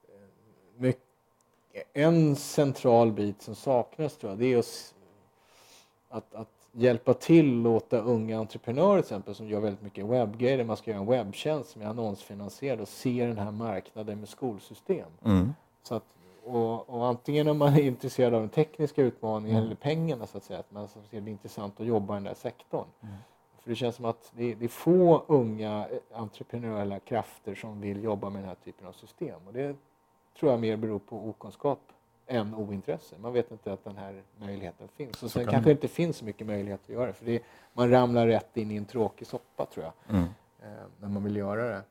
en central bit som saknas tror jag, det är att hjälpa till låta unga entreprenörer till exempel som gör väldigt mycket webbgrejer, man ska göra en webbtjänst som är annonsfinansierad och se den här marknaden med skolsystem. Så att, och antingen om man är intresserad av den tekniska utmaningen eller pengarna så att säga, att man ser det intressant att jobba i den där sektorn. För det känns som att det är få unga entreprenöriella krafter som vill jobba med den här typen av system och det tror jag mer beror på okunskap än ointresse. Man vet inte att den här möjligheten finns. Och sen kanske det inte finns så mycket möjlighet att göra det. För man ramlar rätt in i en tråkig soppa, tror jag. När man vill göra det.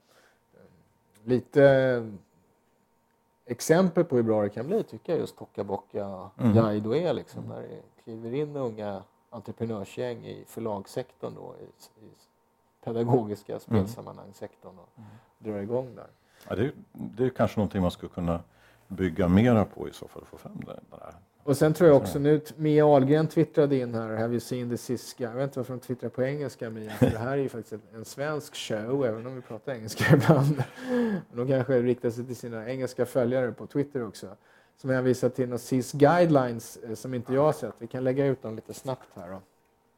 Lite exempel på hur bra det kan bli tycker jag just Tockabocka Jaido är liksom. När det kliver in unga entreprenörsgäng i förlagssektorn då. I pedagogiska spelsammanhang-sektorn och drar igång där.
Ja, det är kanske någonting man skulle kunna bygga mera på i så fall, få fram det där.
Och sen tror jag också nu, Mia Ahlgren twittrade in här, have you seen the Cisco? Jag vet inte varför de twittrar på engelska, Mia, för det här är ju faktiskt en svensk show, även om vi pratar engelska ibland. De kanske riktar sig till sina engelska följare på Twitter också, som hänvisar till några CIS guidelines som inte jag har sett. Vi kan lägga ut dem lite snabbt här då.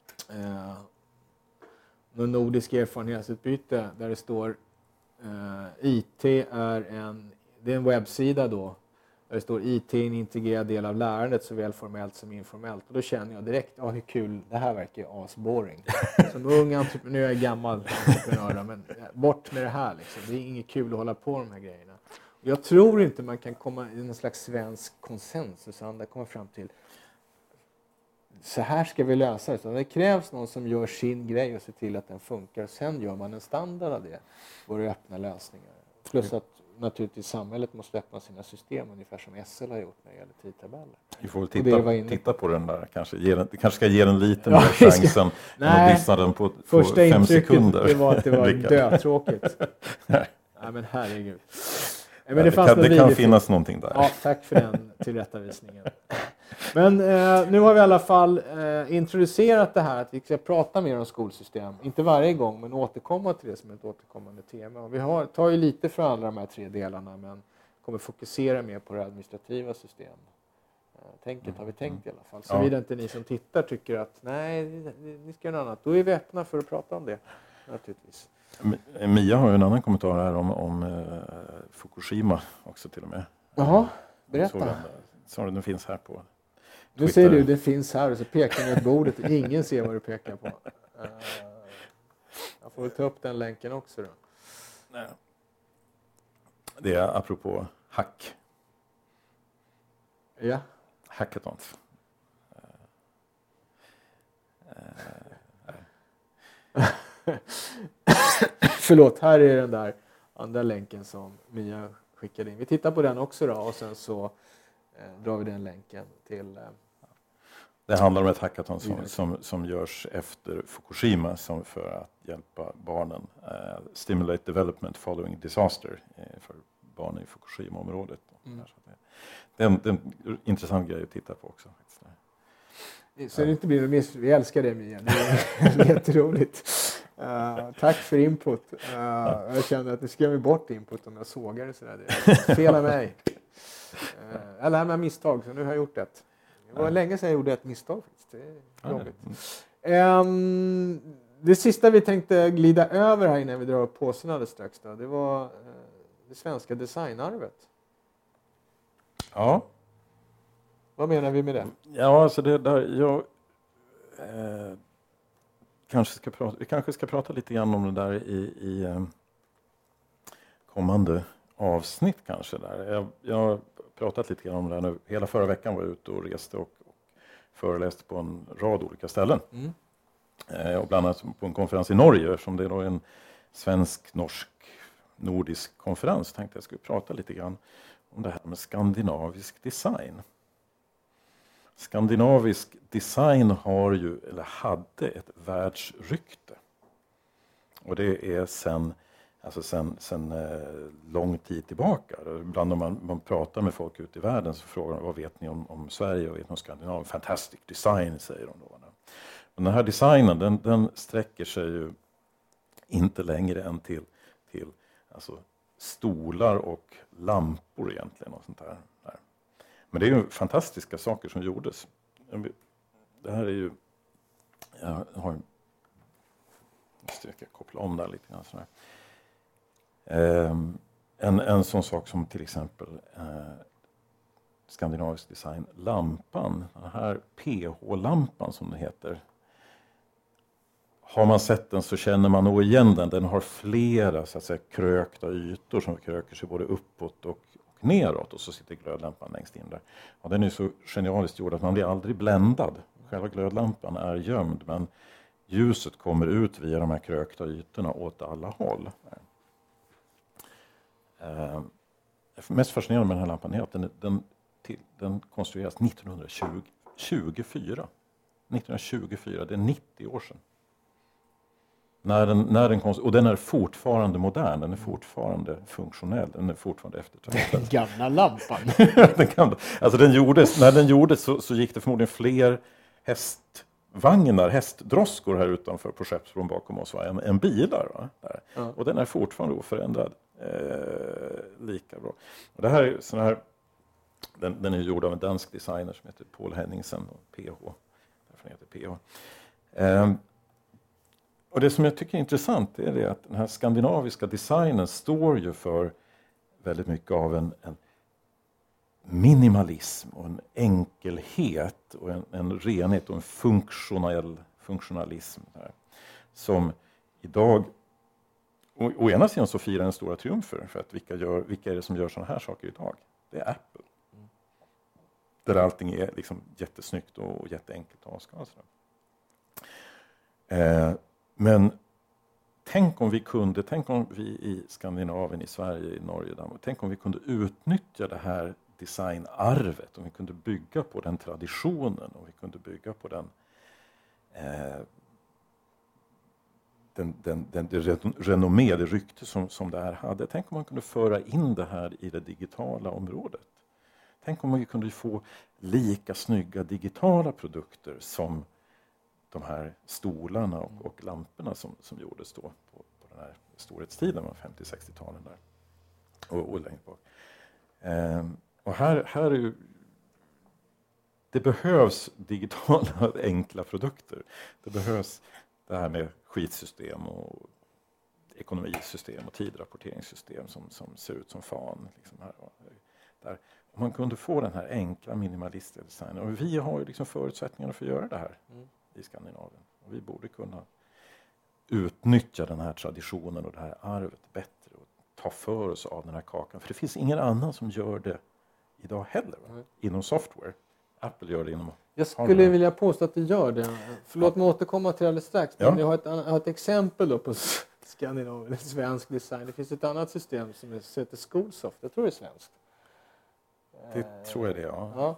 Någon nordisk erfarenhetsutbyte där det står IT det är en webbsida då. Där det står IT är en integrerad del av lärandet såväl formellt som informellt. Och då känner jag direkt, hur kul, det här verkar ju asboring. Som ung entreprenör, jag är gammal entreprenör, men bort med det här liksom. Det är inget kul att hålla på med de här grejerna. Och jag tror inte man kan komma i någon slags svensk konsensus och komma fram till så här ska vi lösa det. Så det krävs någon som gör sin grej och ser till att den funkar. Sen gör man en standard av det. Och det öppna lösningar. Plus att naturligtvis samhället måste öppna sina system ungefär som SL har gjort när det gäller tidtabeller.
Vi får väl titta på den där. Kanske ska ge den lite mer chans än att visa den på 5 sekunder.
Första intrycket var att det var dötråkigt. Nej men herregud. Men
det kan finnas någonting där.
Ja, tack för den tillrättavisningen. Men nu har vi i alla fall introducerat det här att vi ska prata mer om skolsystem. Inte varje gång, men återkomma till det som ett återkommande tema. Och vi tar ju lite från alla de här 3 delarna, men kommer fokusera mer på det administrativa system. Tänket har vi tänkt i alla fall. Så vidare inte ni som tittar tycker att nej, ni ska göra något annat. Då är vi öppna för att prata om det, naturligtvis.
Mia har ju en annan kommentar här om Fukushima också till och med.
Jaha, berätta.
Så den finns här på Twitter.
Nu säger du, det finns här och så pekar ni åt bordet och ingen ser vad du pekar på. Jag får väl ta upp den länken också då.
Det är apropå hack.
Ja.
Hackathons.
Förlåt, här är den där andra länken som Mia skickade in. Vi tittar på den också då och sen så drar vi den länken till...
Det handlar om ett hackathon som görs efter Fukushima som för att hjälpa barnen. Stimulate development following disaster för barn i Fukushima-området. Det är en intressant grej att titta på också.
Så det inte blir något miss. Vi älskar det, Mia. Det är jätteroligt. Tack för input. Jag kände att det skrev mig bort input om jag sågar det sådär. Fel av mig. Jag lär mig misstag, så nu har jag gjort det. Det var länge sedan jag gjorde ett misstag. Det är jobbigt. Det sista vi tänkte glida över här innan vi drar upp påsen alldeles strax då, det var det svenska designarvet.
Ja.
Vad menar vi med det?
Ja, alltså det där, vi kanske ska prata lite grann om det där i kommande avsnitt kanske. Där. Jag har pratat lite grann om det här nu. Hela förra veckan var jag ute och reste och föreläste på en rad olika ställen. Och bland annat på en konferens i Norge, som det är då en svensk-norsk-nordisk konferens. Tänkte jag skulle prata lite grann om det här med skandinavisk design. Skandinavisk design hade ett världsrykte. Och det är sen lång tid tillbaka. Ibland när man pratar med folk ute i världen så frågar de, vad vet ni om Sverige och vet ni om Skandinavien? Fantastic design, säger de då. Men den här designen, den sträcker sig ju inte längre än till alltså stolar och lampor egentligen och sånt där. Men det är ju fantastiska saker som gjordes. Det här är ju... Jag ska koppla om där lite grann. Sådär. En sån sak som till exempel skandinavisk design. Lampan, den här PH-lampan som det heter. Har man sett den så känner man nog igen den. Den har flera så att säga krökta ytor som kröker sig både uppåt och neråt och så sitter glödlampan längst in där. Och den är så genialiskt gjord att man blir aldrig bländad. Själva glödlampan är gömd men ljuset kommer ut via de här krökta ytorna åt alla håll. Mest fascinerande med den här lampan är att den konstrueras 1924. 1924, det är 90 år sedan. Och den är fortfarande modern, den är fortfarande funktionell, den är fortfarande eftertraktad.
Den gamla lampan.
Alltså när den gjordes så gick det förmodligen fler hästdroskor här utanför på Skeppsbron bakom oss än bilar. Va? Där. Ja. Och den är fortfarande oförändrad. Lika bra. Och det här är sån här, den är gjord av en dansk designer som heter Paul Henningsen och PH. Därför heter PH. Och det som jag tycker är intressant är det att den här skandinaviska designen står ju för väldigt mycket av en minimalism och en enkelhet och en renhet och en funktionalism där, som idag å ena sidan så firar en stora triumfer för att vilka är det som gör sådana här saker idag? Det är Apple. Där allting är liksom jättesnyggt och jätteenkelt att avskala. Men tänk om vi i Skandinavien, i Sverige, i Norge, Danmark, tänk om vi kunde utnyttja det här designarvet, om vi kunde bygga på den traditionen, om vi kunde bygga på det renommé, det rykte som det här hade. Tänk om man kunde föra in det här i det digitala området. Tänk om man kunde få lika snygga digitala produkter som de här stolarna och lamporna som gjordes då på den här storhetstiden, 50-60-talen där. Och längst bak. Och här är ju, det behövs digitala enkla produkter. Det behövs det här med skitsystem och ekonomisystem och tidrapporteringssystem som ser ut som fan. Liksom här. Där. Om man kunde få den här enkla minimalistiska designen. Och vi har ju liksom förutsättningar för att göra det här i Skandinavien. Och vi borde kunna utnyttja den här traditionen och det här arvet bättre och ta för oss av den här kakan. För det finns ingen annan som gör det idag heller. Inom software. Apple gör det inom...
Jag skulle vilja påstå att det gör det. Förlåt mig återkomma till alldeles strax. Men jag har ett exempel då på Skandinavien, svensk design. Det finns ett annat system som heter Schoolsoft. Jag tror det är svenskt.
Det tror jag det, ja.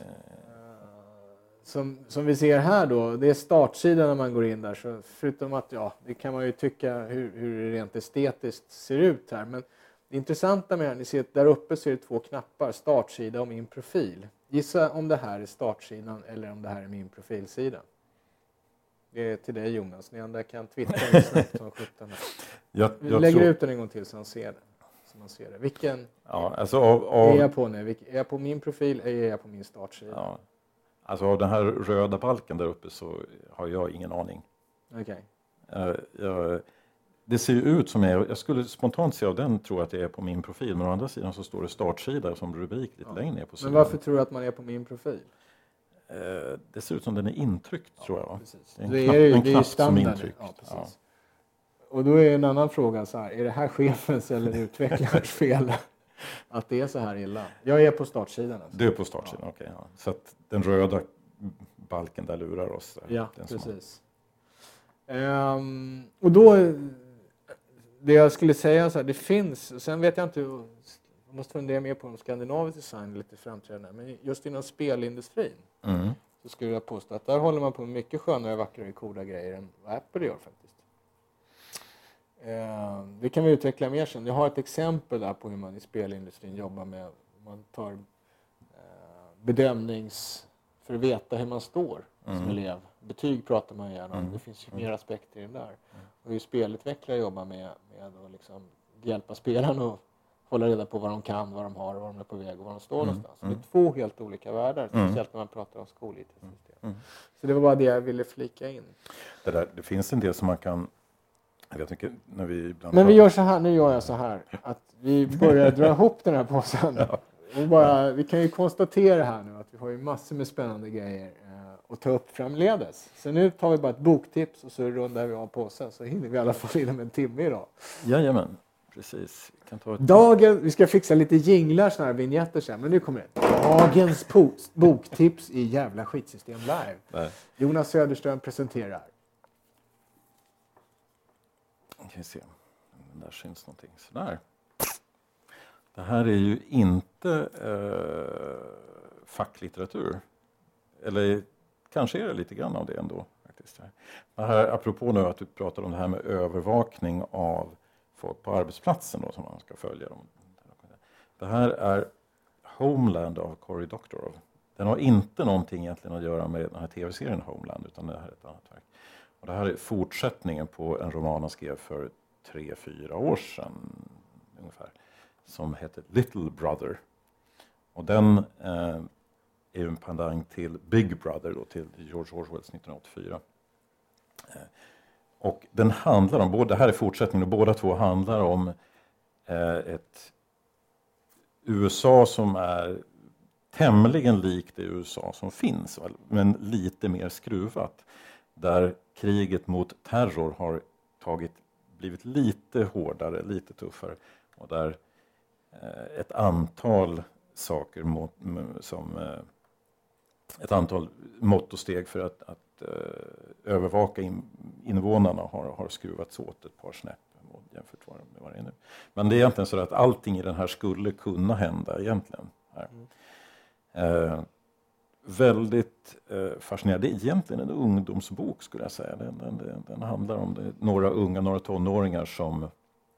Som vi ser här då, det är startsidan när man går in där. Så förutom att, det kan man ju tycka hur det rent estetiskt ser ut här. Men det intressanta med det här, ni ser att där uppe så är det 2 knappar, startsida och min profil. Gissa om det här är startsidan eller om det här är min profilsida. Det är till dig Jonas, ni andra kan twittra snabbt som 17. Vi lägger ut den en gång till så man ser det. Vilken är jag på nu? Är jag på min profil eller är jag på min startsida?
Ja. Alltså av den här röda balken där uppe så har jag ingen aning.
Okej.
Det ser ju ut som jag skulle spontant se av den tror att jag är på min profil. Men å andra sidan så står det startsida som rubrik lite längre ner på sidan.
Men varför tror du att man är på min profil?
Det ser ut som den är intryckt tror jag.
Precis. Det är ju standard. Ja, precis. Ja. Och då är en annan fråga så här, är det här chefens eller utvecklarens fel att det är så här illa? Jag är på startsidan. Alltså.
Du är på startsidan, okej. Ja. Så att den röda balken där lurar oss. Där.
Ja, precis. Och då, det jag skulle säga så här, det finns, sen vet jag inte, jag måste fundera mer på om skandinavisk design lite framträdande, men just inom spelindustrin så skulle jag påstå att där håller man på med mycket skönare, vackrare, coola grejer än vad Apple gör faktiskt. Det kan vi utveckla mer sen. Jag har ett exempel där på hur man i spelindustrin jobbar med, man tar bedömnings för att veta hur man står som elev. Betyg pratar man gärna om. Det finns ju mer aspekter i den där. Och hur spelutvecklare jobbar med att liksom hjälpa spelarna och hålla reda på vad de kan, vad de har, var de är på väg och var de står någonstans. Så det är 2 helt olika världar, speciellt när man pratar om skol-IT-system. Så det var bara det jag ville flika in.
Det finns en del som man kan... Jag tycker när vi ibland
men vi gör så här, nu gör jag så här, att vi börjar dra ihop den här påsen. Och vi kan ju konstatera här nu att vi har ju massor med spännande grejer att ta upp framledes. Så nu tar vi bara ett boktips och så rundar vi av påsen så hinner vi i alla fall inom en timme idag.
Jajamän, precis. Vi kan ta
Vi ska fixa lite jinglar, såna här vignetter sen, men nu kommer det. Dagens boktips i jävla skitsystem live.
Nej.
Jonas Söderström presenterar.
Kan vi se. Där syns någonting. Sådär. Det här är ju inte facklitteratur. Eller kanske är det lite grann av det ändå. Faktiskt. Det här, apropå nu att du pratar om det här med övervakning av folk på arbetsplatsen då, som man ska följa dem. Det här är Homeland av Cory Doctorow. Den har inte någonting egentligen att göra med den här tv-serien Homeland, utan det här är ett annat verk. Och det här är fortsättningen på en roman han skrev för 3-4 år sedan ungefär, som heter Little Brother. Och den är en pendang till Big Brother då, till George Orwells 1984. Och den handlar om, det här är fortsättningen och båda två handlar om ett USA som är tämligen likt det USA som finns, men lite mer skruvat. Där kriget mot terror har blivit lite hårdare, lite tuffare. Och där ett antal saker ett antal mått och steg för att övervaka invånarna har skruvats åt ett par snäpp jämfört med vad det är nu. Men det är egentligen så att allting i den här skulle kunna hända egentligen. Väldigt fascinerande. Det är egentligen en ungdomsbok skulle jag säga. Den handlar om några tonåringar som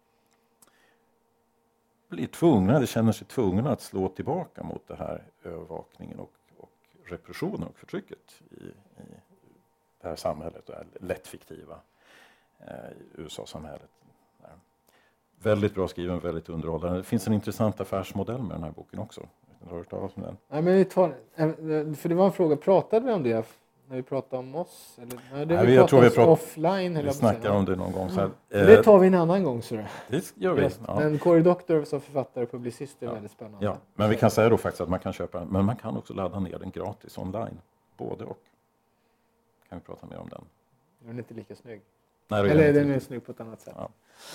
känner sig tvungna att slå tillbaka mot det här övervakningen och repressionen och förtrycket i det här samhället, det här lätt fiktiva USA-samhället. Väldigt bra skriven, väldigt underhållande. Det finns en intressant affärsmodell med den här boken också. Har du hört talas om den?
Nej, men för det var en fråga, pratade vi om det när vi pratade om oss? Eller,
jag tror vi pratar
offline.
Vi snackar om det någon gång. Så här.
Det tar vi en annan gång. Så
det gör vi. Ja.
Men Cory Doctorow som författare och publicist är väldigt spännande.
Ja, men vi kan säga då faktiskt att man kan köpa den. Men man kan också ladda ner den gratis online. Både och. Kan vi prata mer om den.
Den är inte lika snygg.
Nej,
eller den är snygg på ett annat sätt.
Ja.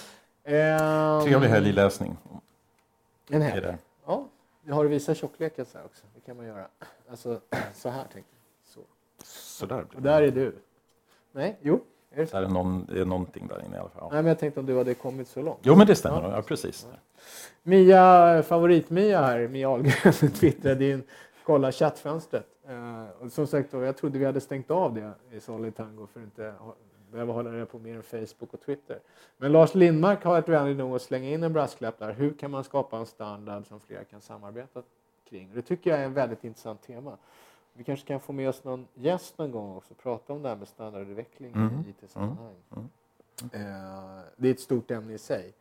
Trevlig helgläsning.
En helg. Ja. Vi har vissa tjocklekar så här också. Det kan man göra. Alltså så här tänker jag.
Så där.
Och där är du. Nej, jo.
Är det är någonting där inne i alla fall. Ja.
Nej, men jag tänkte om du hade kommit så långt.
Jo, men det stämmer. Ja, precis.
Ja. Favorit-Mia här, Mia Ahlgren, twittrade in, kolla chattfönstret. Och som sagt då, jag trodde vi hade stängt av det i Solid Tango för att inte behöva hålla det på mer än Facebook och Twitter. Men Lars Lindmark har ett vänligt nog att slänga in en brasklapp där. Hur kan man skapa en standard som flera kan samarbeta kring? Det tycker jag är en väldigt intressant tema. Vi kanske kan få med oss någon gäst någon gång också och prata om det här med standardutveckling i IT-sammanhang. Det är ett stort ämne i sig.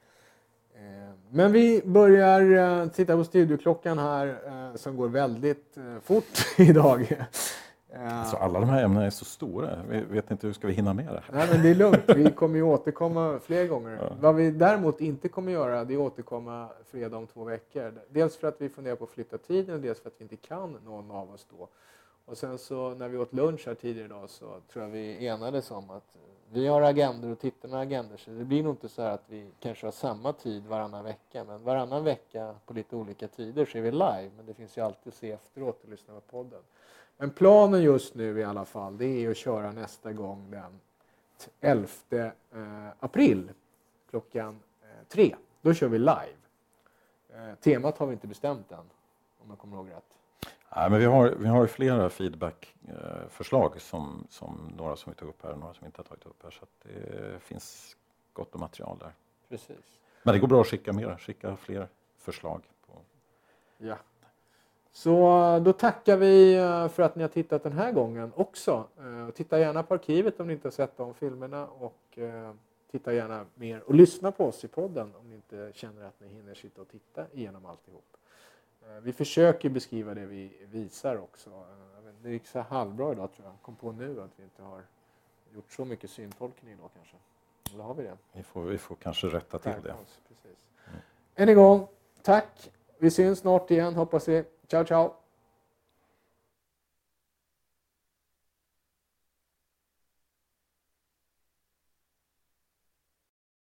Men vi börjar titta på studioklockan här som går väldigt fort idag.
Så alla de här ämnena är så stora. Vi vet inte hur ska vi hinna med det.
Nej, men det är lugnt. Vi kommer ju återkomma fler gånger. Ja. Vad vi däremot inte kommer göra, det är återkomma fredag om 2 veckor. Dels för att vi funderar på att flytta tiden och dels för att vi inte kan någon av oss då. Och sen så när vi åt lunch här tidigare idag så tror jag vi enades om att vi har agendor och tittarna har agendor. Så det blir nog inte så här att vi kanske har samma tid varannan vecka. Men varannan vecka på lite olika tider så är vi live. Men det finns ju alltid att se efteråt och lyssna på podden. Men planen just nu i alla fall, det är att köra nästa gång den 11 april klockan 3. Då kör vi live. Temat har vi inte bestämt än, om jag kommer ihåg rätt.
Nej, men vi har flera feedback-förslag som några som vi tog upp här och några som vi inte har tagit upp här. Så att det finns gott om material där.
Precis.
Men det går bra att skicka fler förslag.
Ja. Så då tackar vi för att ni har tittat den här gången också. Titta gärna på arkivet om ni inte har sett de filmerna och titta gärna mer och lyssna på oss i podden om ni inte känner att ni hinner sitta och titta igenom alltihop. Vi försöker beskriva det vi visar också. Det gick så halvbra idag tror jag. Kom på nu att vi inte har gjort så mycket syntolkning idag kanske. Eller har vi det?
Vi får kanske rätta till det.
Precis. Än en gång, tack. Vi syns snart igen hoppas vi. Ciao, ciao.